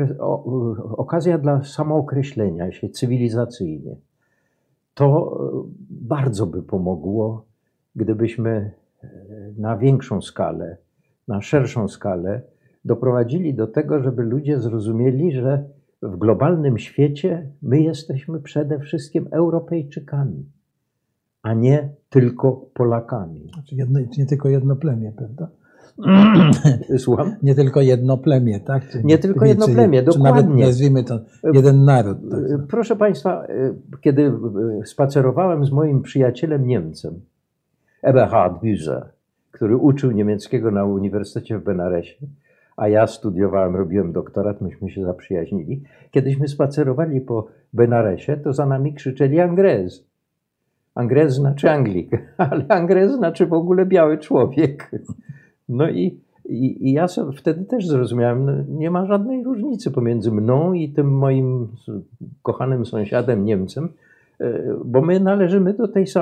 okazja dla samookreślenia się cywilizacyjnie. To bardzo by pomogło, gdybyśmy na większą skalę, na szerszą skalę doprowadzili do tego, żeby ludzie zrozumieli, że w globalnym świecie my jesteśmy przede wszystkim Europejczykami, a nie tylko Polakami. Znaczy nie tylko jedno plemię, prawda? Słucham? Nie tylko jedno plemię, tak? Nie tylko jedno plemię, dokładnie. Czy nawet nazwijmy to jeden naród. Tak? Proszę Państwa, kiedy spacerowałem z moim przyjacielem Niemcem, Eberhard Büser, który uczył niemieckiego na Uniwersytecie w Benaresie, a ja studiowałem, robiłem doktorat, myśmy się zaprzyjaźnili. Kiedyśmy spacerowali po Benaresie, to za nami krzyczeli Angrez. Angrez znaczy Anglik, ale Angrez znaczy w ogóle biały człowiek. No i ja sobie wtedy też zrozumiałem, no, nie ma żadnej różnicy pomiędzy mną i tym moim kochanym sąsiadem Niemcem, bo my należymy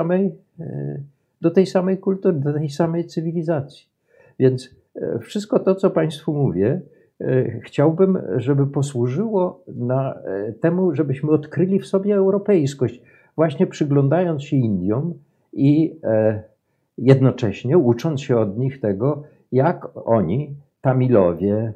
do tej samej kultury, do tej samej cywilizacji. Więc wszystko to, co Państwu mówię, chciałbym, żeby posłużyło temu, żebyśmy odkryli w sobie europejskość, właśnie przyglądając się Indiom i jednocześnie ucząc się od nich tego, jak oni, Tamilowie,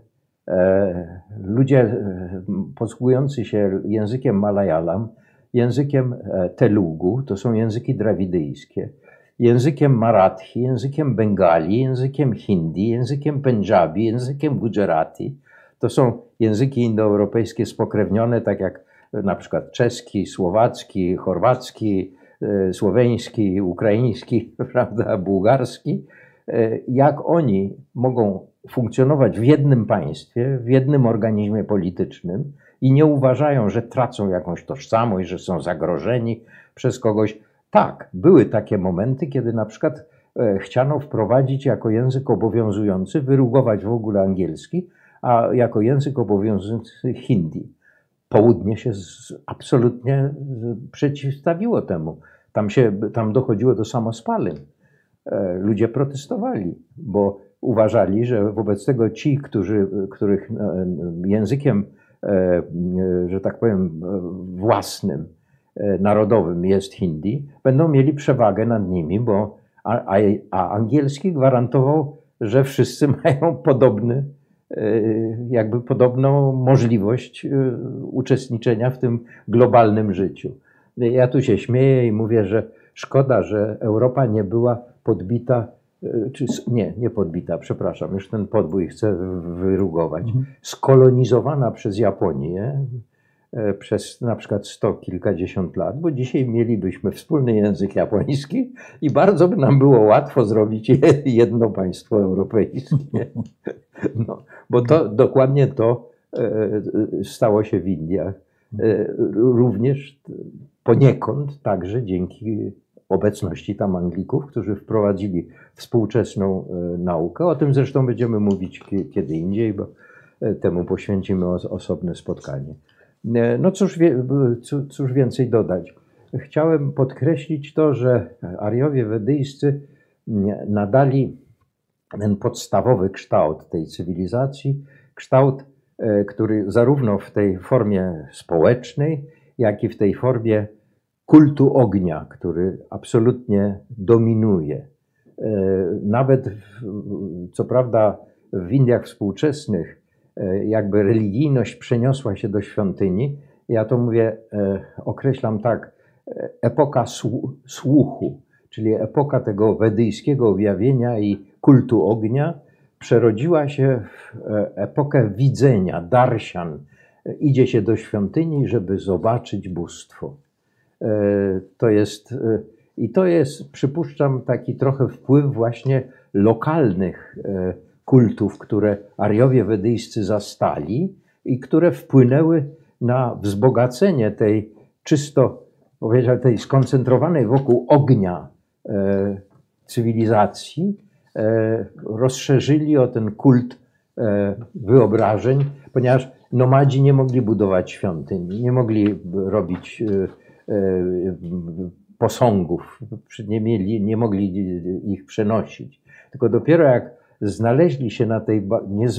ludzie posługujący się językiem Malayalam, językiem Telugu, to są języki drawidyjskie, językiem Marathi, językiem Bengali, językiem Hindi, językiem Pendżabi, językiem Gujarati. To są języki indoeuropejskie spokrewnione, tak jak na przykład czeski, słowacki, chorwacki, słoweński, ukraiński, prawda, bułgarski. Jak oni mogą funkcjonować w jednym państwie, w jednym organizmie politycznym i nie uważają, że tracą jakąś tożsamość, że są zagrożeni przez kogoś. Tak, były takie momenty, kiedy na przykład chciano wprowadzić jako język obowiązujący, wyrugować w ogóle angielski, a jako język obowiązujący hindi. Południe się absolutnie przeciwstawiło temu. Tam dochodziło do samospaleń. Ludzie protestowali, bo uważali, że wobec tego ci, których językiem, że tak powiem, własnym, narodowym jest hindi, będą mieli przewagę nad nimi, a angielski gwarantował, że wszyscy mają podobną możliwość uczestniczenia w tym globalnym życiu. Ja tu się śmieję i mówię, że szkoda, że Europa nie była podbita, nie podbita, przepraszam, już ten podbój chcę wyrugować, skolonizowana przez Japonię przez na przykład kilkadziesiąt lat, bo dzisiaj mielibyśmy wspólny język japoński i bardzo by nam było łatwo zrobić jedno państwo europejskie. No, bo dokładnie to stało się w Indiach. Również poniekąd także dzięki obecności tam Anglików, którzy wprowadzili współczesną naukę. O tym zresztą będziemy mówić kiedy indziej, bo temu poświęcimy osobne spotkanie. No cóż więcej dodać. Chciałem podkreślić to, że Ariowie wedyjscy nadali ten podstawowy kształt tej cywilizacji, kształt, który zarówno w tej formie społecznej, jak i w tej formie kultu ognia, który absolutnie dominuje. Nawet, co prawda, w Indiach współczesnych jakby religijność przeniosła się do świątyni. Ja to mówię, określam tak, epoka słuchu, czyli epoka tego wedyjskiego objawienia i kultu ognia przerodziła się w epokę widzenia, darshan. Idzie się do świątyni, żeby zobaczyć bóstwo. To jest, przypuszczam, taki trochę wpływ właśnie lokalnych kultów, które Ariowie wedyjscy zastali i które wpłynęły na wzbogacenie tej czysto, powiedziałbym, tej skoncentrowanej wokół ognia cywilizacji. Rozszerzyli o ten kult wyobrażeń, ponieważ nomadzi nie mogli budować świątyń, nie mogli robić posągów, nie mogli ich przenosić. Tylko dopiero jak znaleźli się na tej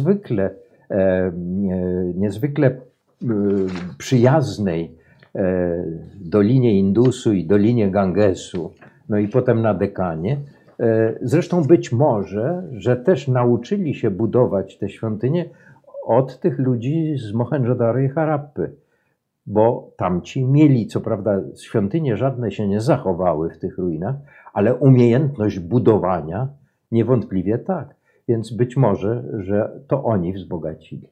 niezwykle przyjaznej Dolinie Indusu i Dolinie Gangesu, no i potem na Dekanie, zresztą być może, że też nauczyli się budować te świątynie od tych ludzi z Mohendżodaro i Harappy, bo tamci mieli, co prawda świątynie żadne się nie zachowały w tych ruinach, ale umiejętność budowania niewątpliwie tak. Więc być może, że to oni wzbogacili.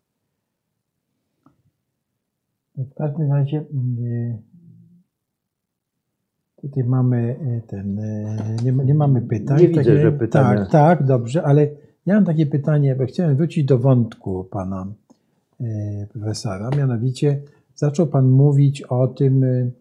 W każdym razie tutaj mamy nie mamy pytań. Nie widzę, że pytania. Tak, dobrze, ale ja mam takie pytanie, bo chciałem wrócić do wątku pana profesora. Mianowicie zaczął pan mówić o tym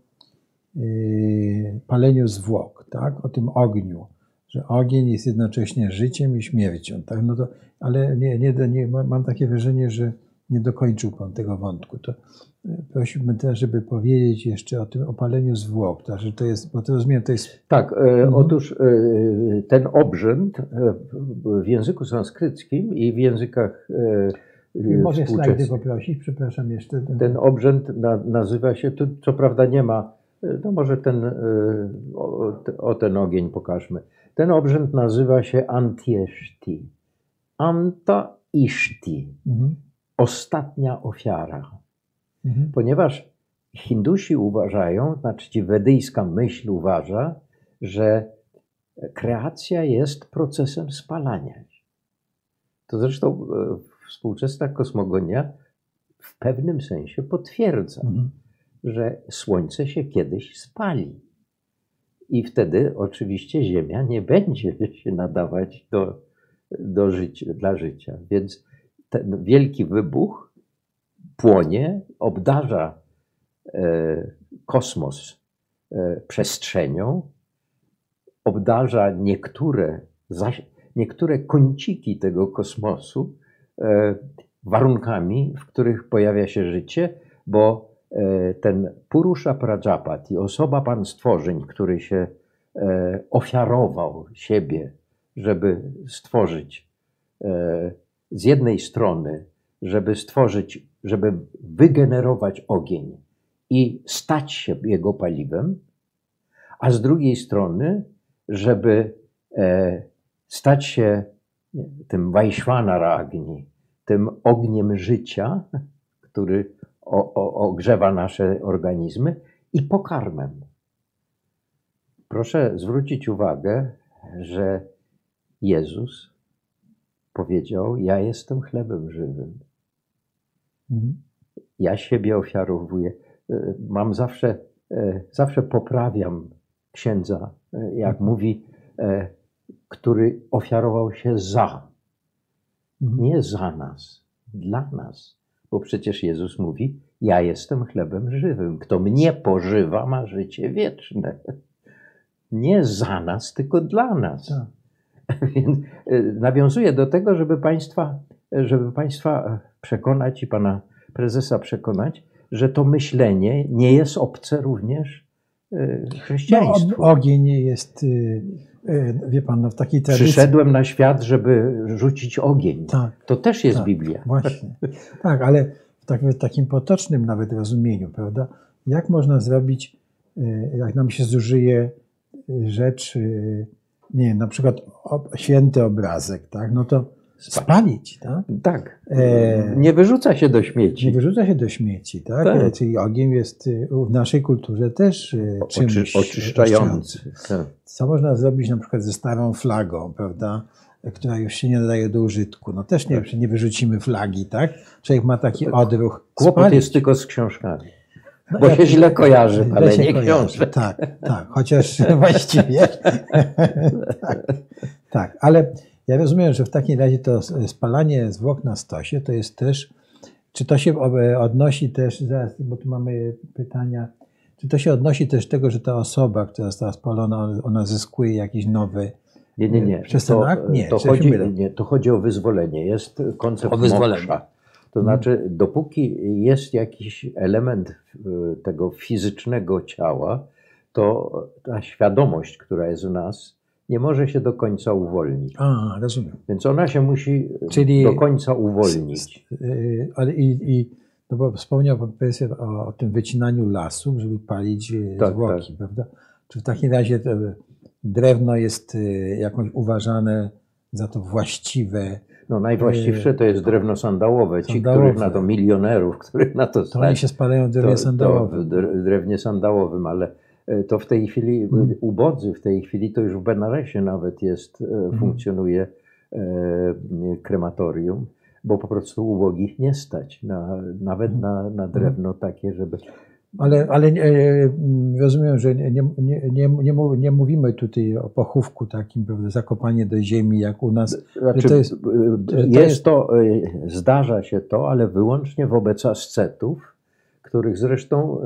paleniu zwłok, tak? O tym ogniu, że ogień jest jednocześnie życiem i śmiercią. Tak? No to, ale mam takie wrażenie, że nie dokończył pan tego wątku. To prosiłbym też, żeby powiedzieć jeszcze o tym opaleniu zwłok, tak? Że to jest, bo to rozumiem, to jest... Tak, otóż ten obrzęd w języku sanskryckim i w językach Mogę slajdy poprosić, przepraszam jeszcze. Ten obrzęd nazywa się, tu co prawda nie ma, no może ten ogień pokażmy. Ten obrzęd nazywa się Antyeszti. Anta Ishti. Ostatnia ofiara. Ponieważ Hindusi uważają, znaczy ci wedyjska myśl uważa, że kreacja jest procesem spalania się. To zresztą współczesna kosmogonia w pewnym sensie potwierdza, że Słońce się kiedyś spali. I wtedy oczywiście Ziemia nie będzie się nadawać dla życia. Więc ten wielki wybuch płonie, obdarza kosmos przestrzenią, obdarza niektóre kąciki tego kosmosu warunkami, w których pojawia się życie, bo ten Purusha Prajapati, osoba Pan Stworzeń, który się ofiarował siebie, żeby stworzyć z jednej strony, żeby wygenerować ogień i stać się jego paliwem, a z drugiej strony, żeby stać się tym Vaishvanara Agni, tym ogniem życia, który ogrzewa nasze organizmy, i pokarmem. Proszę zwrócić uwagę, że Jezus powiedział: ja jestem chlebem żywym. Ja siebie ofiarowuję. Mam zawsze poprawiam księdza, jak mówi, który ofiarował się nie za nas, dla nas. Bo przecież Jezus mówi: ja jestem chlebem żywym. Kto mnie pożywa, ma życie wieczne. Nie za nas, tylko dla nas. Tak. Więc nawiązuję do tego, żeby Państwa przekonać i Pana Prezesa przekonać, że to myślenie nie jest obce również chrześcijaństwu. No, ogień jest, wie Pan, w takiej tradycji... Przyszedłem na świat, żeby rzucić ogień. Tak, to też jest Biblia. Właśnie. Tak, ale w takim potocznym nawet rozumieniu, prawda? Jak można zrobić, jak nam się zużyje rzecz, nie wiem, na przykład święty obrazek, tak? No to spalić, tak? Tak. Nie wyrzuca się do śmieci. Nie wyrzuca się do śmieci, tak? Tak. Czyli ogień jest w naszej kulturze też czymś oczyszczający. Tak. Co można zrobić na przykład ze starą flagą, prawda? Która już się nie nadaje do użytku. No też nie wyrzucimy flagi, tak? Człowiek ma taki odruch. Kłopot jest tylko z książkami. Bo się źle kojarzy palenie książek. Tak, chociaż właściwie. tak, ale ja rozumiem, że w takim razie to spalanie zwłok na stosie to jest też, czy to się odnosi też, zaraz, bo tu mamy pytania, czy to się odnosi też do tego, że ta osoba, która została spalona, ona zyskuje jakiś nowy Nie. Przez ten akt? Nie. To chodzi o wyzwolenie. Jest koncept O wyzwolenie. moksza. To znaczy, dopóki jest jakiś element tego fizycznego ciała, to ta świadomość, która jest w nas, nie może się do końca uwolnić. A, rozumiem. Więc ona się musi do końca uwolnić. Ale no bo wspomniał pan profesor o tym wycinaniu lasów, żeby palić zwłoki, prawda? Czy w takim razie to drewno jest jakoś uważane za to właściwe? No najwłaściwsze to jest drewno sandałowe. Ci, których na to milionerów, których na to stać, to oni się spalają w drewnie sandałowym. W drewnie sandałowym, ale to w tej chwili, ubodzy w tej chwili, to już w Benaresie nawet jest, funkcjonuje krematorium, bo po prostu ubogich nie stać, nawet na drewno takie, żeby... Ale rozumiem, że nie mówimy tutaj o pochówku takim, prawda, zakopanie do ziemi, jak u nas. Znaczy, zdarza się to, ale wyłącznie wobec ascetów, których zresztą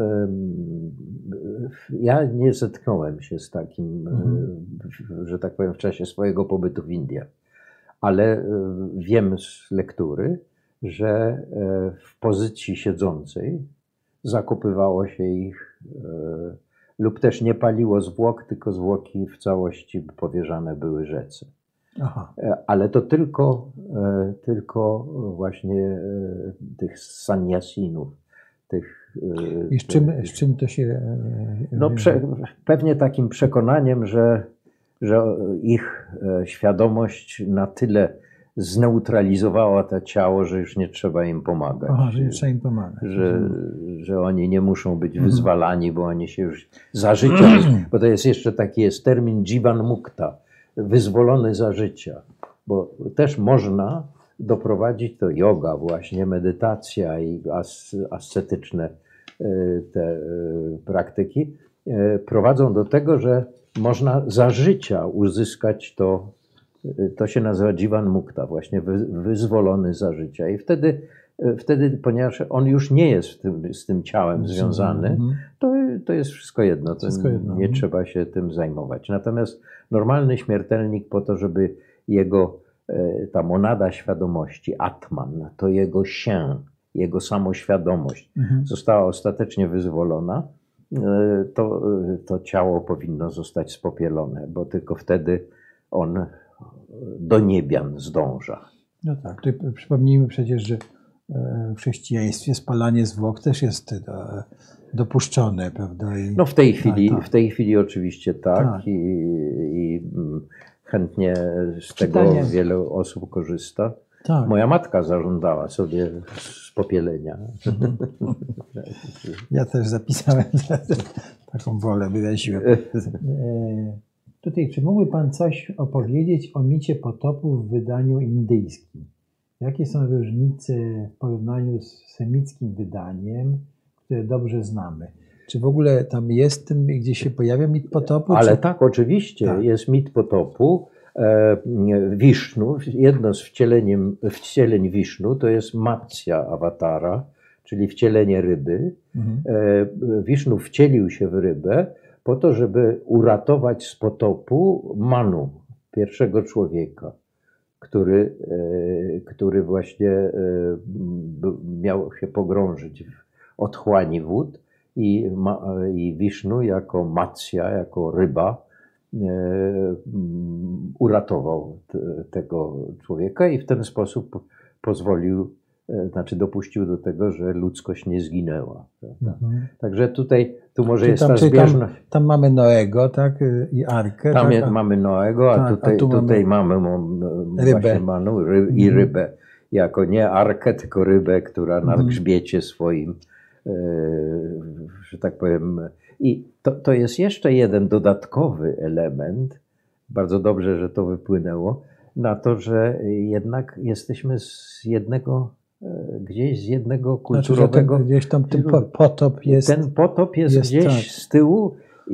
ja nie zetknąłem się z takim, że tak powiem, w czasie swojego pobytu w Indiach. Ale wiem z lektury, że w pozycji siedzącej zakopywało się ich lub też nie paliło zwłok, tylko zwłoki w całości powierzane były rzece. Aha. Ale to tylko właśnie tych sanyasinów. I z czym to się... No pewnie takim przekonaniem, że ich świadomość na tyle zneutralizowała to ciało, że już nie trzeba im pomagać. Aha, że nie trzeba im pomagać. Że oni nie muszą być wyzwalani, bo oni się już za życia... Bo to jest jeszcze taki termin jivan mukta, wyzwolony za życia. Bo też można doprowadzić, to yoga właśnie, medytacja i ascetyczne te praktyki prowadzą do tego, że można za życia uzyskać to się nazywa jivan mukta, właśnie wyzwolony za życia. I wtedy, ponieważ on już nie jest z tym ciałem związany, to jest wszystko jedno. Nie trzeba się tym zajmować. Natomiast normalny śmiertelnik po to, żeby ta monada świadomości, atman, to jego się, jego samoświadomość została ostatecznie wyzwolona, to ciało powinno zostać spopielone, bo tylko wtedy on do niebian zdąża. No tak, tutaj przypomnijmy przecież, że w chrześcijaństwie spalanie zwłok też jest dopuszczone, prawda? No w tej chwili oczywiście tak. I chętnie z tego wiele osób korzysta. Tak. Moja matka zażądała sobie spopielenia. Ja też zapisałem taką wolę, wyraziłem. Tutaj, czy mógłby pan coś opowiedzieć o micie potopu w wydaniu indyjskim? Jakie są różnice w porównaniu z semickim wydaniem, które dobrze znamy? Czy w ogóle tam jest, gdzie się pojawia mit potopu? Ale tak, oczywiście, jest mit potopu. Wisznu, jedno z wcieleń Wisznu to jest Matsya awatara, czyli wcielenie ryby. Wisznu wcielił się w rybę po to, żeby uratować z potopu Manu, pierwszego człowieka, który właśnie miał się pogrążyć w otchłani wód i Wisznu jako Matsya, jako ryba uratował tego człowieka i w ten sposób dopuścił do tego, że ludzkość nie zginęła. Także tu może jest ta zbieżność. Tam mamy Noego, tak? I Arkę. Tam mamy Noego, a tutaj mamy właśnie Manu i rybę. Jako nie Arkę, tylko rybę, która na grzbiecie swoim, że tak powiem. I to jest jeszcze jeden dodatkowy element, bardzo dobrze, że to wypłynęło, na to, że jednak jesteśmy z jednego kulturowego... Znaczy, gdzieś tam ten potop jest... Ten potop jest gdzieś z tyłu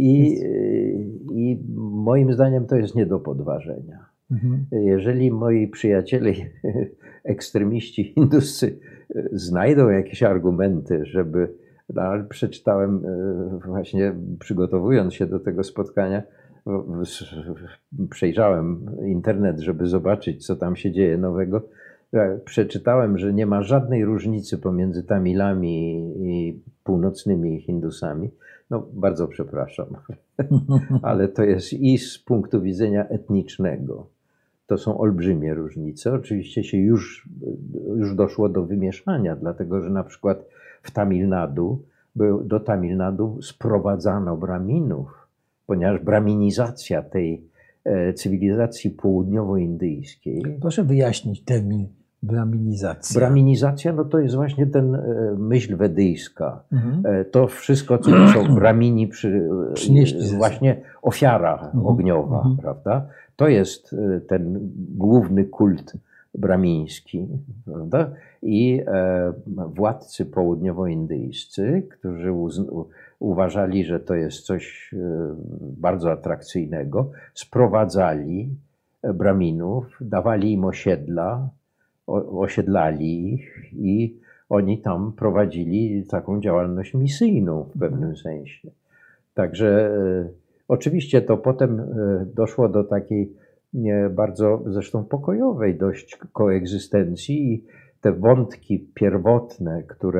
i moim zdaniem to jest nie do podważenia. Jeżeli moi przyjaciele, ekstremiści hinduscy znajdą jakieś argumenty, przeczytałem właśnie, przygotowując się do tego spotkania, przejrzałem internet, żeby zobaczyć, co tam się dzieje nowego. Przeczytałem, że nie ma żadnej różnicy pomiędzy Tamilami i północnymi Hindusami. No, bardzo przepraszam, ale to jest i z punktu widzenia etnicznego. To są olbrzymie różnice. Oczywiście się już doszło do wymieszania, dlatego że na przykład w do Tamil Nadu sprowadzano Braminów, ponieważ braminizacja tej cywilizacji południowoindyjskiej. Proszę wyjaśnić termin braminizacja. Braminizacja, no to jest właśnie ten myśl wedyjska. To wszystko, co bramini właśnie ofiara ogniowa, prawda? To jest ten główny kult bramiński, prawda? I władcy południowoindyjscy, którzy uważali, że to jest coś bardzo atrakcyjnego, sprowadzali Braminów, dawali im osiedla, osiedlali ich i oni tam prowadzili taką działalność misyjną w pewnym sensie. Także oczywiście to potem doszło do takiej bardzo zresztą pokojowej dość koegzystencji i te wątki pierwotne,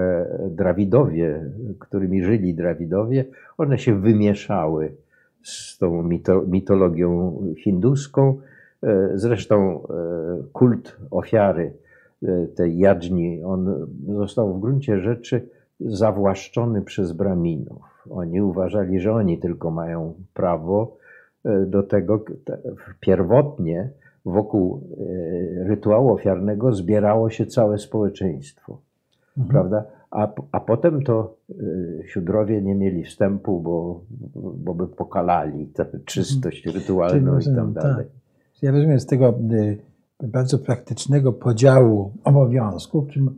którymi żyli Drawidowie, one się wymieszały z tą mitologią hinduską. Zresztą kult ofiary tej jadżni, on został w gruncie rzeczy zawłaszczony przez Braminów. Oni uważali, że oni tylko mają prawo do tego. Pierwotnie wokół rytuału ofiarnego zbierało się całe społeczeństwo, prawda? A potem to siódrowie nie mieli wstępu, bo by pokalali tę czystość rytualną i tak dalej. Tak. Ja rozumiem z tego bardzo praktycznego podziału obowiązków, w czym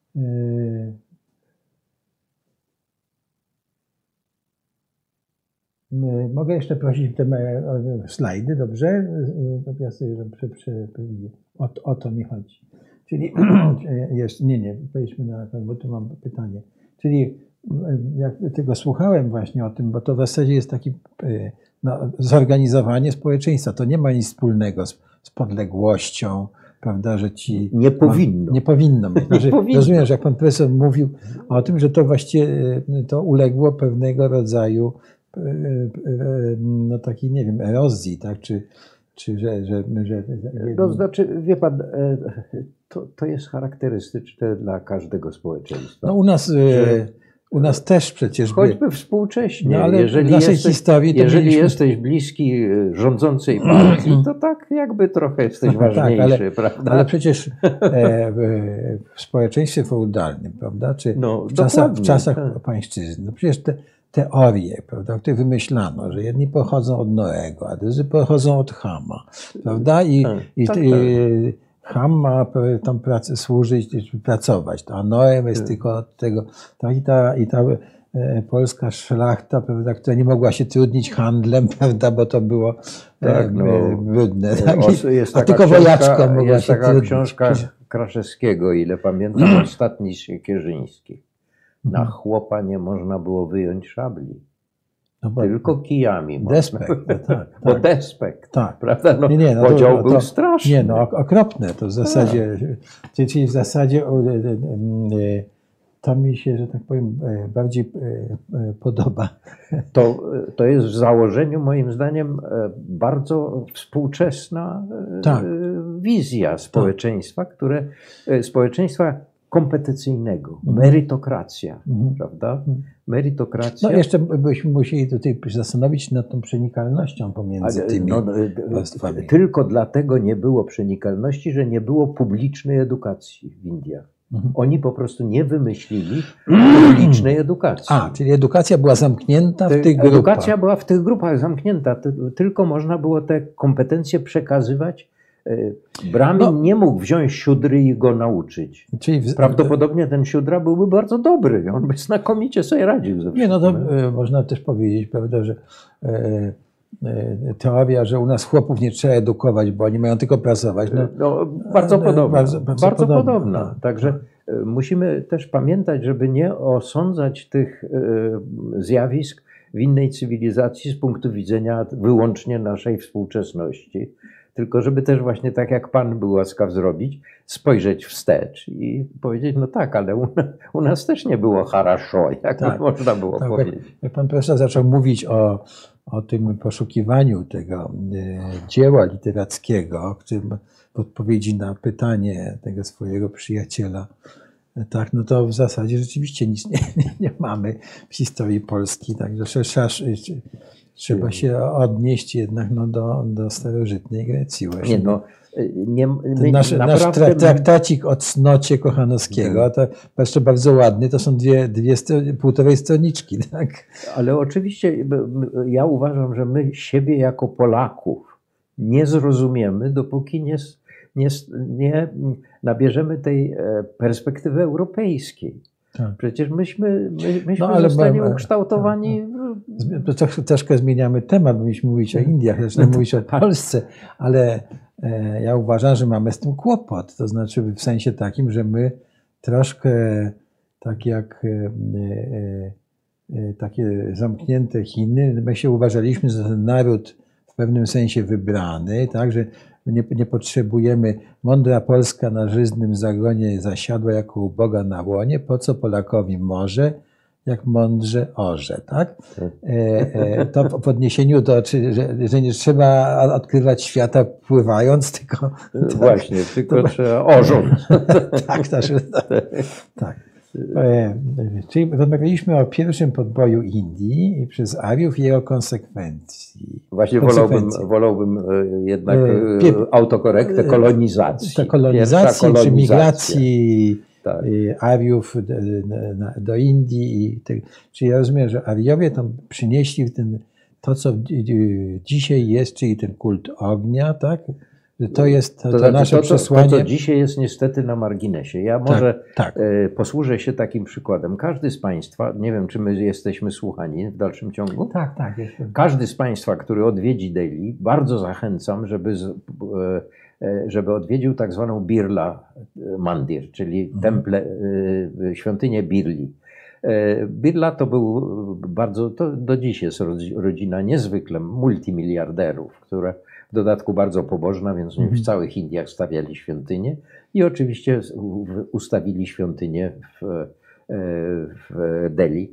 mogę jeszcze prosić te slajdy, dobrze? Ja sobie o to mi chodzi. Czyli nie, pojedźmy bo tu mam pytanie. Czyli jak tego słuchałem właśnie o tym, bo to w zasadzie jest taki zorganizowanie społeczeństwa. To nie ma nic wspólnego z podległością, prawda, że ci... Nie powinno. Nie powinno. Rozumiem, że jak pan profesor mówił o tym, że to właściwie to uległo pewnego rodzaju takiej, nie wiem, erozji, tak? Czy że to znaczy, wie pan, to jest charakterystyczne dla każdego społeczeństwa. No u nas też przecież... Choćby współcześnie, no, ale jeżeli jesteś bliski rządzącej partii, to tak jakby trochę jesteś ważniejszy, tak, prawda? Ale przecież w społeczeństwie feudalnym, prawda, czy w czasach pańszczyzny, no przecież te teorie, prawda, które wymyślano, że jedni pochodzą od Noego, a drudzy pochodzą od Chama, prawda? Cham ma tam służyć, pracować, a Noe jest tylko od tego. I ta polska szlachta, prawda, która nie mogła się trudnić handlem, prawda, bo to było brudne. Tak? A tylko wojaczkom mogła się trudnić. Jest taka książka Kraszewskiego, ile pamiętam, Ostatni Siekierzyński. Na chłopa nie można było wyjąć szabli. No tylko kijami. Despekt, Bo despekt, tak. Prawda? Podział był straszny. Nie, okropne to w zasadzie. Czyli w zasadzie to mi się, że tak powiem, bardziej podoba. To jest w założeniu, moim zdaniem, bardzo współczesna wizja społeczeństwa, społeczeństwa kompetencyjnego, merytokracja, prawda? Merytokracja. No jeszcze byśmy musieli tutaj zastanowić się nad tą przenikalnością pomiędzy tymi warstwami. Tylko dlatego nie było przenikalności, że nie było publicznej edukacji w Indiach. Oni po prostu nie wymyślili publicznej edukacji. Czyli edukacja była zamknięta w tych grupach. Edukacja była w tych grupach zamknięta, tylko można było te kompetencje przekazywać. Bramin nie mógł wziąć siódry i go nauczyć. Prawdopodobnie ten siódra byłby bardzo dobry. On by znakomicie sobie radził ze wszystkim. To można też powiedzieć, prawda, że teoria, że u nas chłopów nie trzeba edukować, bo oni mają tylko pracować. Bardzo podobna. Bardzo podobna. Także musimy też pamiętać, żeby nie osądzać tych zjawisk w innej cywilizacji z punktu widzenia wyłącznie naszej współczesności. Tylko żeby też właśnie tak jak Pan był łaskaw zrobić, spojrzeć wstecz i powiedzieć, no tak, ale u nas też nie było haraszo, jak Tak, można było tak, powiedzieć. jak pan profesor zaczął mówić o tym poszukiwaniu tego dzieła literackiego, w odpowiedzi na pytanie tego swojego przyjaciela, tak, no to w zasadzie rzeczywiście nic nie mamy w historii Polski, także trzeba się odnieść jednak no, do starożytnej Grecji właśnie. Nasz traktacik o cnocie Kochanowskiego, to jeszcze bardzo ładny, to są półtorej stroniczki. Tak? Ale oczywiście ja uważam, że my siebie jako Polaków nie zrozumiemy, dopóki nie nabierzemy tej perspektywy europejskiej. Tak. Przecież myśmy zostali ukształtowani. Troszkę zmieniamy temat, bo mieliśmy mówić o Indiach, zaczynamy mówić o Polsce, ale ja uważam, że mamy z tym kłopot. To znaczy w sensie takim, że my troszkę tak jak takie zamknięte Chiny, my się uważaliśmy za ten naród w pewnym sensie wybrany, tak, że nie potrzebujemy, mądra Polska na żyznym zagonie zasiadła jako uboga na łonie, po co Polakowi morze, jak mądrze orze, tak? To w odniesieniu do, że nie trzeba odkrywać świata pływając, tylko... Właśnie, tylko trzeba orząc. Tak. Czyli rozmawialiśmy o pierwszym podboju Indii przez Ariów i jego konsekwencji. Właśnie wolałbym jednak autokorektę kolonizacji. Ta kolonizacji czy migracji tak. Ariów do Indii. Czyli ja rozumiem, że Ariowie tam przynieśli to, co dzisiaj jest, czyli ten kult ognia, tak? To jest to nasze przesłanie. To, co dzisiaj jest niestety na marginesie. Ja może posłużę się takim przykładem. Każdy z Państwa, nie wiem, czy my jesteśmy słuchani w dalszym ciągu? Tak. Jestem. Każdy z Państwa, który odwiedzi Delhi, bardzo zachęcam, żeby odwiedził tak zwaną Birla Mandir, czyli temple, świątynię Birli. Birla to to do dziś jest rodzina niezwykle multimiliarderów, które w dodatku bardzo pobożna, więc w całych Indiach stawiali świątynię i oczywiście ustawili świątynię w Delhi.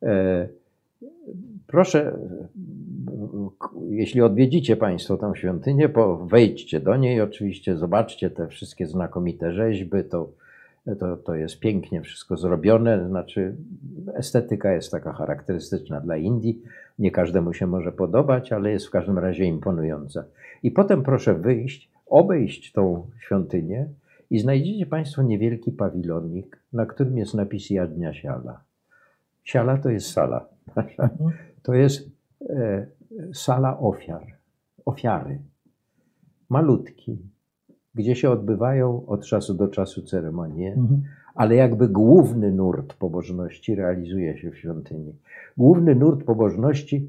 Proszę, jeśli odwiedzicie Państwo tę świątynię, wejdźcie do niej, oczywiście zobaczcie te wszystkie znakomite rzeźby, to jest pięknie wszystko zrobione, znaczy estetyka jest taka charakterystyczna dla Indii, nie każdemu się może podobać, ale jest w każdym razie imponująca. I potem proszę obejść tą świątynię i znajdziecie Państwo niewielki pawilonik, na którym jest napis Jadnia Siala. Siala to jest sala. To jest sala ofiary. Malutki, gdzie się odbywają od czasu do czasu ceremonie, ale jakby główny nurt pobożności realizuje się w świątyni. Główny nurt pobożności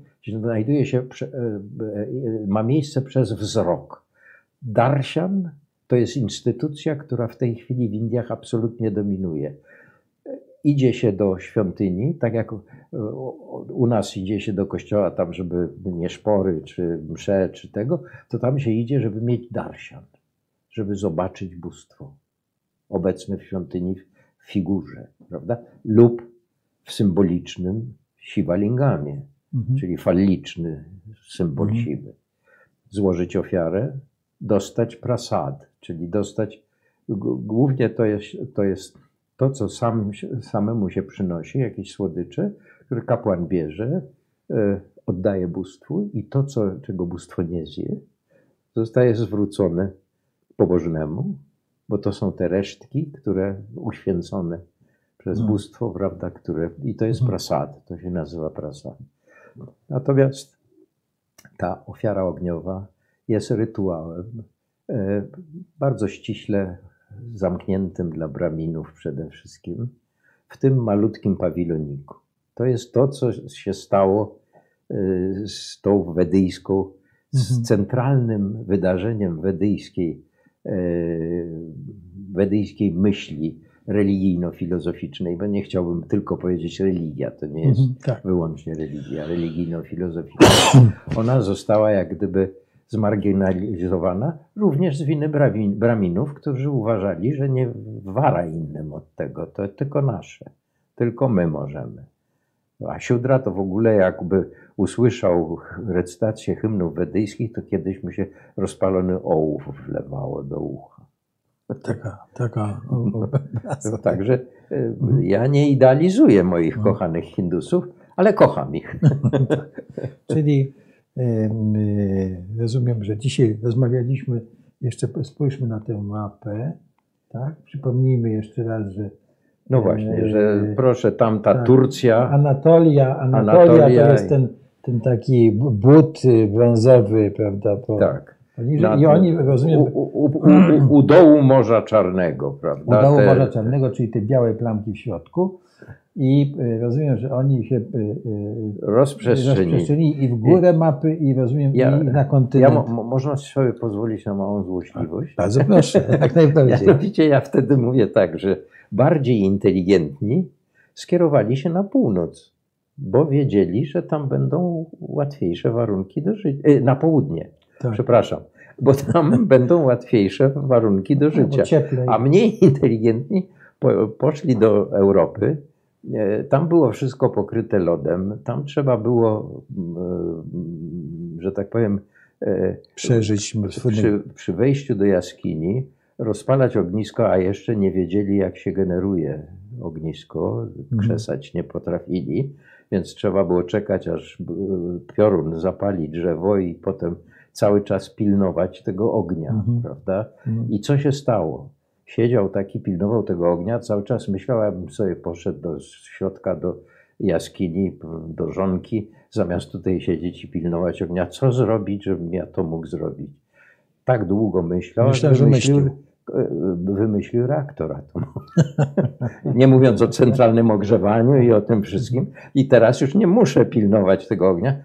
ma miejsce przez wzrok. Darshan to jest instytucja, która w tej chwili w Indiach absolutnie dominuje. Idzie się do świątyni, tak jak u nas idzie się do kościoła tam, żeby nie szpory, czy msze, czy tego, to tam się idzie, żeby mieć darshan, żeby zobaczyć bóstwo obecne w świątyni w figurze, prawda? Lub w symbolicznym Shivalingamie, czyli falliczny symbol siwy. Złożyć ofiarę, dostać prasad, czyli dostać, głównie to jest to, co samemu się przynosi, jakieś słodycze, które kapłan bierze, oddaje bóstwu i to, czego bóstwo nie zje, zostaje zwrócone pobożnemu, bo to są te resztki, które uświęcone przez bóstwo, prawda, i to jest prasad, to się nazywa prasad. Natomiast ta ofiara ogniowa jest rytuałem bardzo ściśle zamkniętym dla braminów przede wszystkim, w tym malutkim pawiloniku. To jest to, co się stało z tą wedyjską, z centralnym wydarzeniem wedyjskiej myśli, religijno-filozoficznej, bo nie chciałbym tylko powiedzieć religia, to nie jest tak. wyłącznie religia, religijno-filozoficzna. Ona została jak gdyby zmarginalizowana również z winy braminów, którzy uważali, że nie wara innym od tego, to tylko nasze, tylko my możemy. A Siudra to w ogóle jakby usłyszał recytację hymnów wedyjskich, to kiedyś mu się rozpalony ołów wlewało do ucha. Taka no, także ja nie idealizuję moich kochanych Hindusów, ale kocham ich. Czyli rozumiem, że dzisiaj rozmawialiśmy, jeszcze spójrzmy na tę mapę, tak? Przypomnijmy jeszcze raz, że no właśnie, że proszę, tamta tak, Turcja. Anatolia to jest ten taki but brązowy, prawda? Tak. I oni, rozumiem... U dołu Morza Czarnego, prawda? U dołu Morza Czarnego, czyli te białe plamki w środku. I rozumiem, że oni się rozprzestrzeni i w górę mapy, i rozumiem, i na kontynent. Można sobie pozwolić na małą złośliwość? Bardzo proszę, jak najbardziej. Mianowicie ja wtedy mówię tak, że bardziej inteligentni skierowali się na północ, bo wiedzieli, że tam będą łatwiejsze warunki do życia. Na południe, tak. Przepraszam, bo tam będą łatwiejsze warunki do życia. A mniej inteligentni poszli do Europy. Tam było wszystko pokryte lodem, tam trzeba było, że tak powiem, przeżyć przy wejściu do jaskini, rozpalać ognisko, a jeszcze nie wiedzieli, jak się generuje ognisko, krzesać nie potrafili, więc trzeba było czekać, aż piorun zapali drzewo i potem cały czas pilnować tego ognia, prawda? I co się stało? Siedział taki, pilnował tego ognia, cały czas myślał, abym sobie poszedł do środka, do jaskini, do żonki, zamiast tutaj siedzieć i pilnować ognia. Co zrobić, żebym ja to mógł zrobić? Tak długo myślał, że wymyślił reaktor atomowy. Nie mówiąc o centralnym ogrzewaniu i o tym wszystkim. I teraz już nie muszę pilnować tego ognia.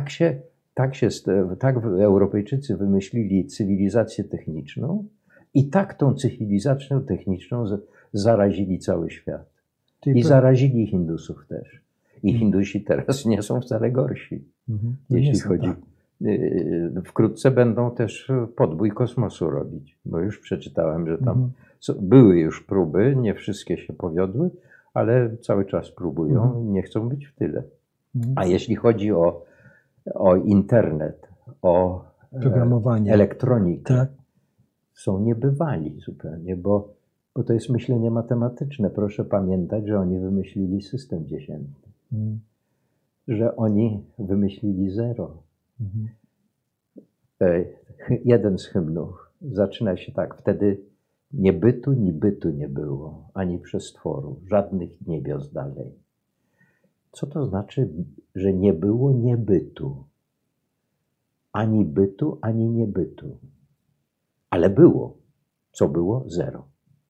Tak Europejczycy wymyślili cywilizację techniczną, i tak tą cywilizacją techniczną zarazili cały świat. I zarazili Hindusów też. I Hindusi teraz nie są wcale gorsi, jeśli chodzi. Tak. Wkrótce będą też podbój kosmosu robić, bo już przeczytałem, że tam były już próby, nie wszystkie się powiodły, ale cały czas próbują i nie chcą być w tyle. A jeśli chodzi o internet, o programowanie, elektronikę, tak. Są niebywali zupełnie, bo to jest myślenie matematyczne. Proszę pamiętać, że oni wymyślili system dziesiętny, że oni wymyślili zero. Jeden z hymnów zaczyna się tak: wtedy nie bytu, ni bytu nie było, ani przestworu, żadnych niebios dalej. Co to znaczy, że nie było niebytu? Ani bytu, ani niebytu. Ale było. Co było? Zero.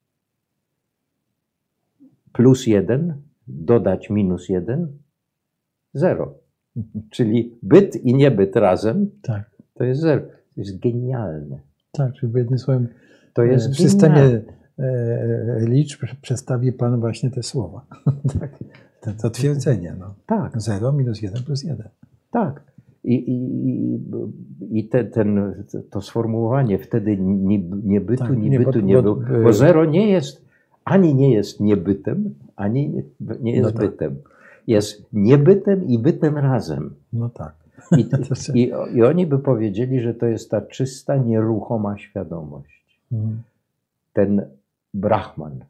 Plus 1, dodać minus 1, 0. Czyli byt i niebyt razem, tak. To jest 0. To jest genialne. Tak, czyli jednym słowem to jest w systemie liczb przestawi Pan właśnie te słowa. Tak. To twierdzenie. No. Tak. 0 minus 1 plus 1. Tak. I to sformułowanie wtedy nie bytu, tak, nie bytu nie było, bo zero nie jest, ani nie jest niebytem, ani nie jest bytem. Jest niebytem i bytem razem. No tak. I oni by powiedzieli, że to jest ta czysta, nieruchoma świadomość. Ten Brahman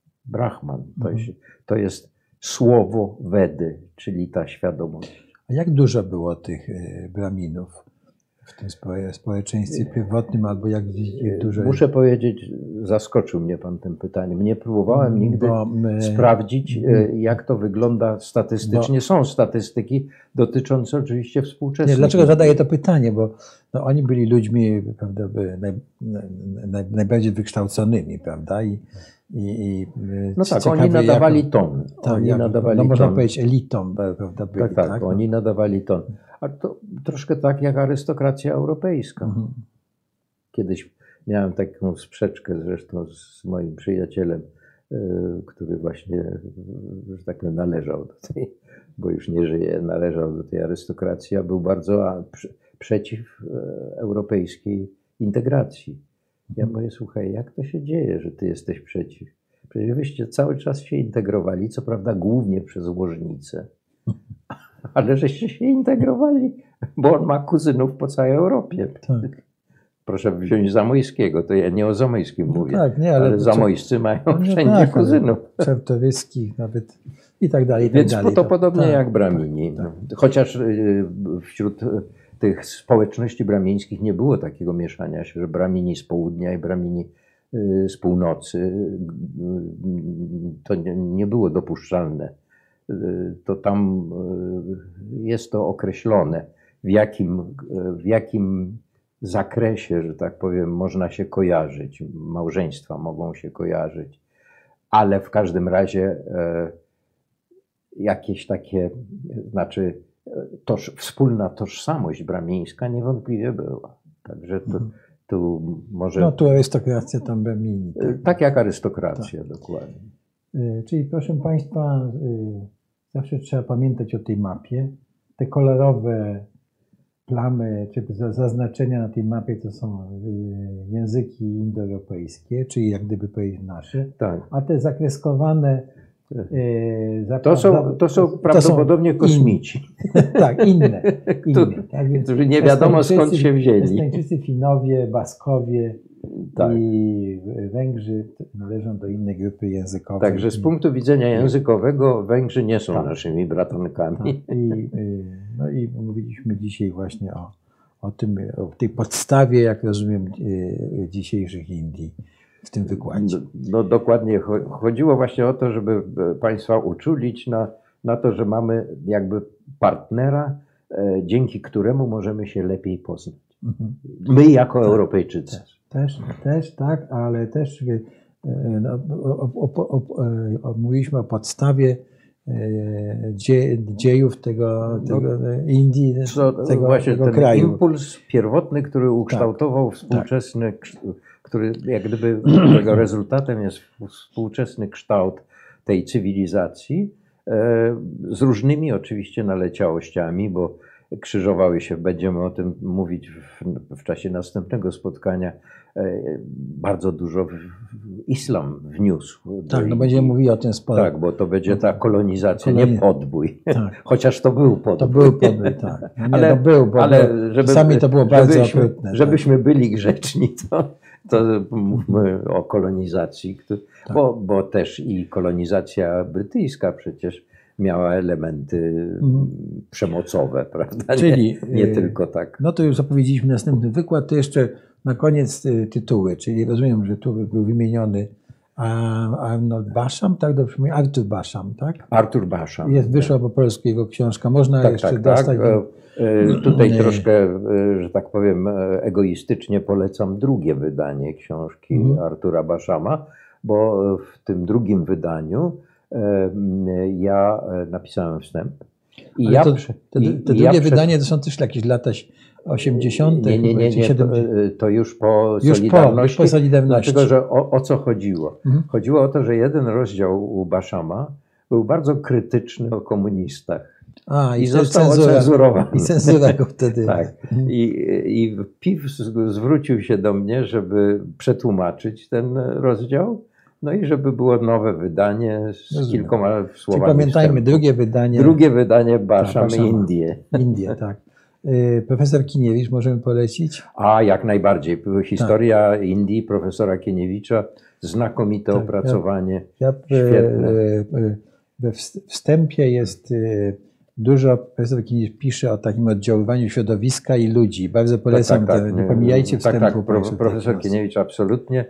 to jest słowo Wedy, czyli ta świadomość. A jak dużo było tych braminów w tym społeczeństwie pierwotnym, albo jak dużo? Muszę powiedzieć, zaskoczył mnie Pan tym pytaniem. Nie próbowałem nigdy sprawdzić, jak to wygląda statystycznie. Są statystyki dotyczące oczywiście współczesnych. Dlaczego zadaję to pytanie? Bo oni byli ludźmi, prawda, najbardziej wykształconymi, prawda? No tak, oni nadawali ton. Można powiedzieć elitą, prawda? Byli, tak, oni nadawali ton. A to troszkę tak jak arystokracja europejska. Kiedyś miałem taką sprzeczkę zresztą z moim przyjacielem który właśnie, że tak powiem, należał do tej, bo już nie żyje, należał do tej arystokracji, a był bardzo przeciw europejskiej integracji. Ja mówię, słuchaj, jak to się dzieje, że ty jesteś przeciw? Przecież wyście cały czas się integrowali, co prawda głównie przez Łożnicę, ale żeście się integrowali, bo on ma kuzynów po całej Europie. Tak. Proszę wziąć Zamojskiego, to ja nie o Zamojskim mówię, tak, nie, ale Zamojscy mają wszędzie tak, kuzynów. Czartoryskich nawet i tak dalej. Więc tak dalej. to podobnie tak, jak Bramini. tak. Chociaż wśród tych społeczności bramińskich nie było takiego mieszania się, że Bramini z południa i Bramini z północy. To nie było dopuszczalne. To tam jest to określone, w jakim zakresie, że tak powiem, można się kojarzyć. Małżeństwa mogą się kojarzyć, ale w każdym razie jakieś takie, znaczy wspólna tożsamość bramińska niewątpliwie była. Także tu może... No tu arystokracja, tam Bramini. Tak jak arystokracja, dokładnie. Czyli proszę Państwa, zawsze trzeba pamiętać o tej mapie. Te kolorowe plamy, czy zaznaczenia na tej mapie to są języki indoeuropejskie, czyli jak gdyby powiedzieć nasze. Tak. A te zakreskowane to są prawdopodobnie kosmici. Tak, inne. Tak, więc którzy nie wiadomo skąd się wzięli. Estończycy, Finowie, Baskowie tak. i Węgrzy należą do innej grupy językowej. Także z punktu widzenia językowego Węgrzy nie są naszymi bratankami. Tak. I mówiliśmy dzisiaj właśnie o tej podstawie, jak rozumiem, dzisiejszych Indii w tym wykładzie. No dokładnie. Chodziło właśnie o to, żeby Państwa uczulić na to, że mamy jakby partnera, dzięki któremu możemy się lepiej poznać. My jako Europejczycy. Też, tak, ale też mówiliśmy o podstawie dziejów tego Indii, tego kraju. Impuls pierwotny, który ukształtował współczesny, który jak gdyby tego rezultatem jest współczesny kształt tej cywilizacji, z różnymi oczywiście naleciałościami, bo krzyżowały się, będziemy o tym mówić w czasie następnego spotkania, bardzo dużo islam wniósł. Tak, no będziemy mówili o tym sporo. Tak, bo to będzie ta kolonizacja, nie podbój. Tak. Chociaż to był podbój. To był podbój, tak. No nie, ale, to był, bo czasami to było bardzo okrutne. Żebyśmy byli grzeczni, to mówmy o kolonizacji, bo też i kolonizacja brytyjska przecież miała elementy przemocowe, prawda? Czyli, nie tylko tak. No to już zapowiedzieliśmy następny wykład, to jeszcze na koniec tytuły, czyli rozumiem, że tu był wymieniony Arnold Basham, tak dobrze mówię? Arthur Basham, tak? Arthur Basham. Wyszła po polsku jego książka, można jeszcze dostać. Tutaj troszkę, że tak powiem, egoistycznie polecam drugie wydanie książki Artura Bashama, bo w tym drugim wydaniu ja napisałem wstęp. Te drugie wydanie to są też jakieś lata 80. Nie, to już po Solidarności. Już po Solidarności. Dlatego, że o co chodziło? Chodziło o to, że jeden rozdział u Bashama był bardzo krytyczny o komunistach. I został ocenzurowany. I cenzura go wtedy. Tak. I PiW zwrócił się do mnie, żeby przetłumaczyć ten rozdział. No i żeby było nowe wydanie z kilkoma słowami. Czyli pamiętajmy, drugie wydanie. Drugie wydanie Basham Indie. Indie, tak. Profesor Kiniewicz możemy polecić? Jak najbardziej. Historia Indii profesora Kieniewicza. Znakomite opracowanie. We wstępie jest dużo, profesor Kiniewicz pisze o takim oddziaływaniu środowiska i ludzi. Bardzo polecam, nie pomijajcie wstępu. Profesor Kieniewicz absolutnie.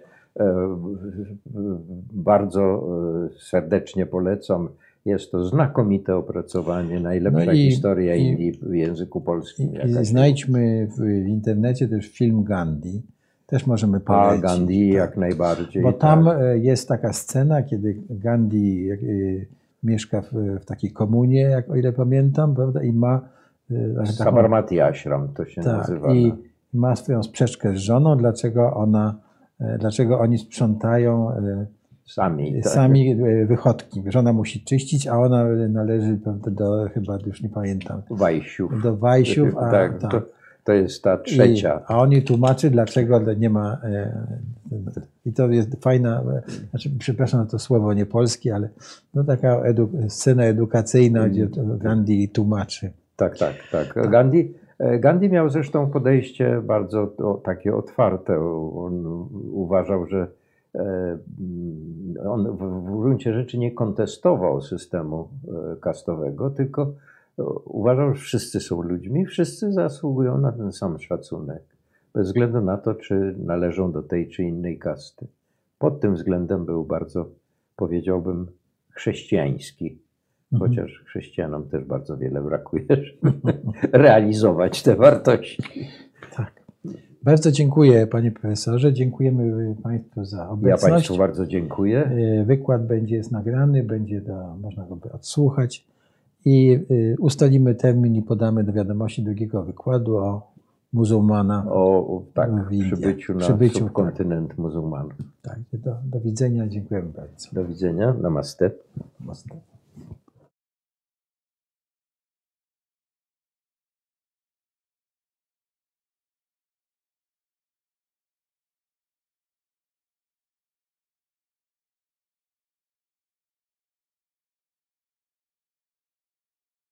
Bardzo serdecznie polecam. Jest to znakomite opracowanie, najlepsza historia Indii w języku polskim. Znajdźmy w internecie też film Gandhi. Też możemy polecić. Gandhi jak najbardziej. Bo tam jest taka scena, kiedy Gandhi mieszka w takiej komunie, o ile pamiętam, prawda? I ma Sabarmati Ashram to się nazywa. I ma swoją sprzeczkę z żoną, dlaczego oni sprzątają Sami. Tak. Sami wychodki. Żona musi czyścić, a ona należy prawda, do, chyba już nie pamiętam, Wajsiów. do Wajsiów. A, Tak, tak. to jest ta trzecia. A on jej tłumaczy, dlaczego nie ma. I to jest fajna, znaczy, przepraszam to słowo nie polskie, ale no taka scena edukacyjna, gdzie Gandhi tłumaczy. Tak. Gandhi miał zresztą podejście bardzo takie otwarte. On uważał, że on w gruncie rzeczy nie kontestował systemu kastowego, tylko uważał, że wszyscy są ludźmi, wszyscy zasługują na ten sam szacunek, bez względu na to, czy należą do tej czy innej kasty. Pod tym względem był bardzo, powiedziałbym, chrześcijański, chociaż chrześcijanom też bardzo wiele brakuje, żeby realizować te wartości. Tak. Bardzo dziękuję panie profesorze, dziękujemy państwu za obecność. Ja państwu bardzo dziękuję. Wykład jest nagrany, można go odsłuchać i ustalimy termin i podamy do wiadomości drugiego wykładu o muzułmana w Indiach. Przybyciu na subkontynent muzułmanów. Tak, do widzenia, dziękujemy bardzo. Do widzenia, namaste. Namaste.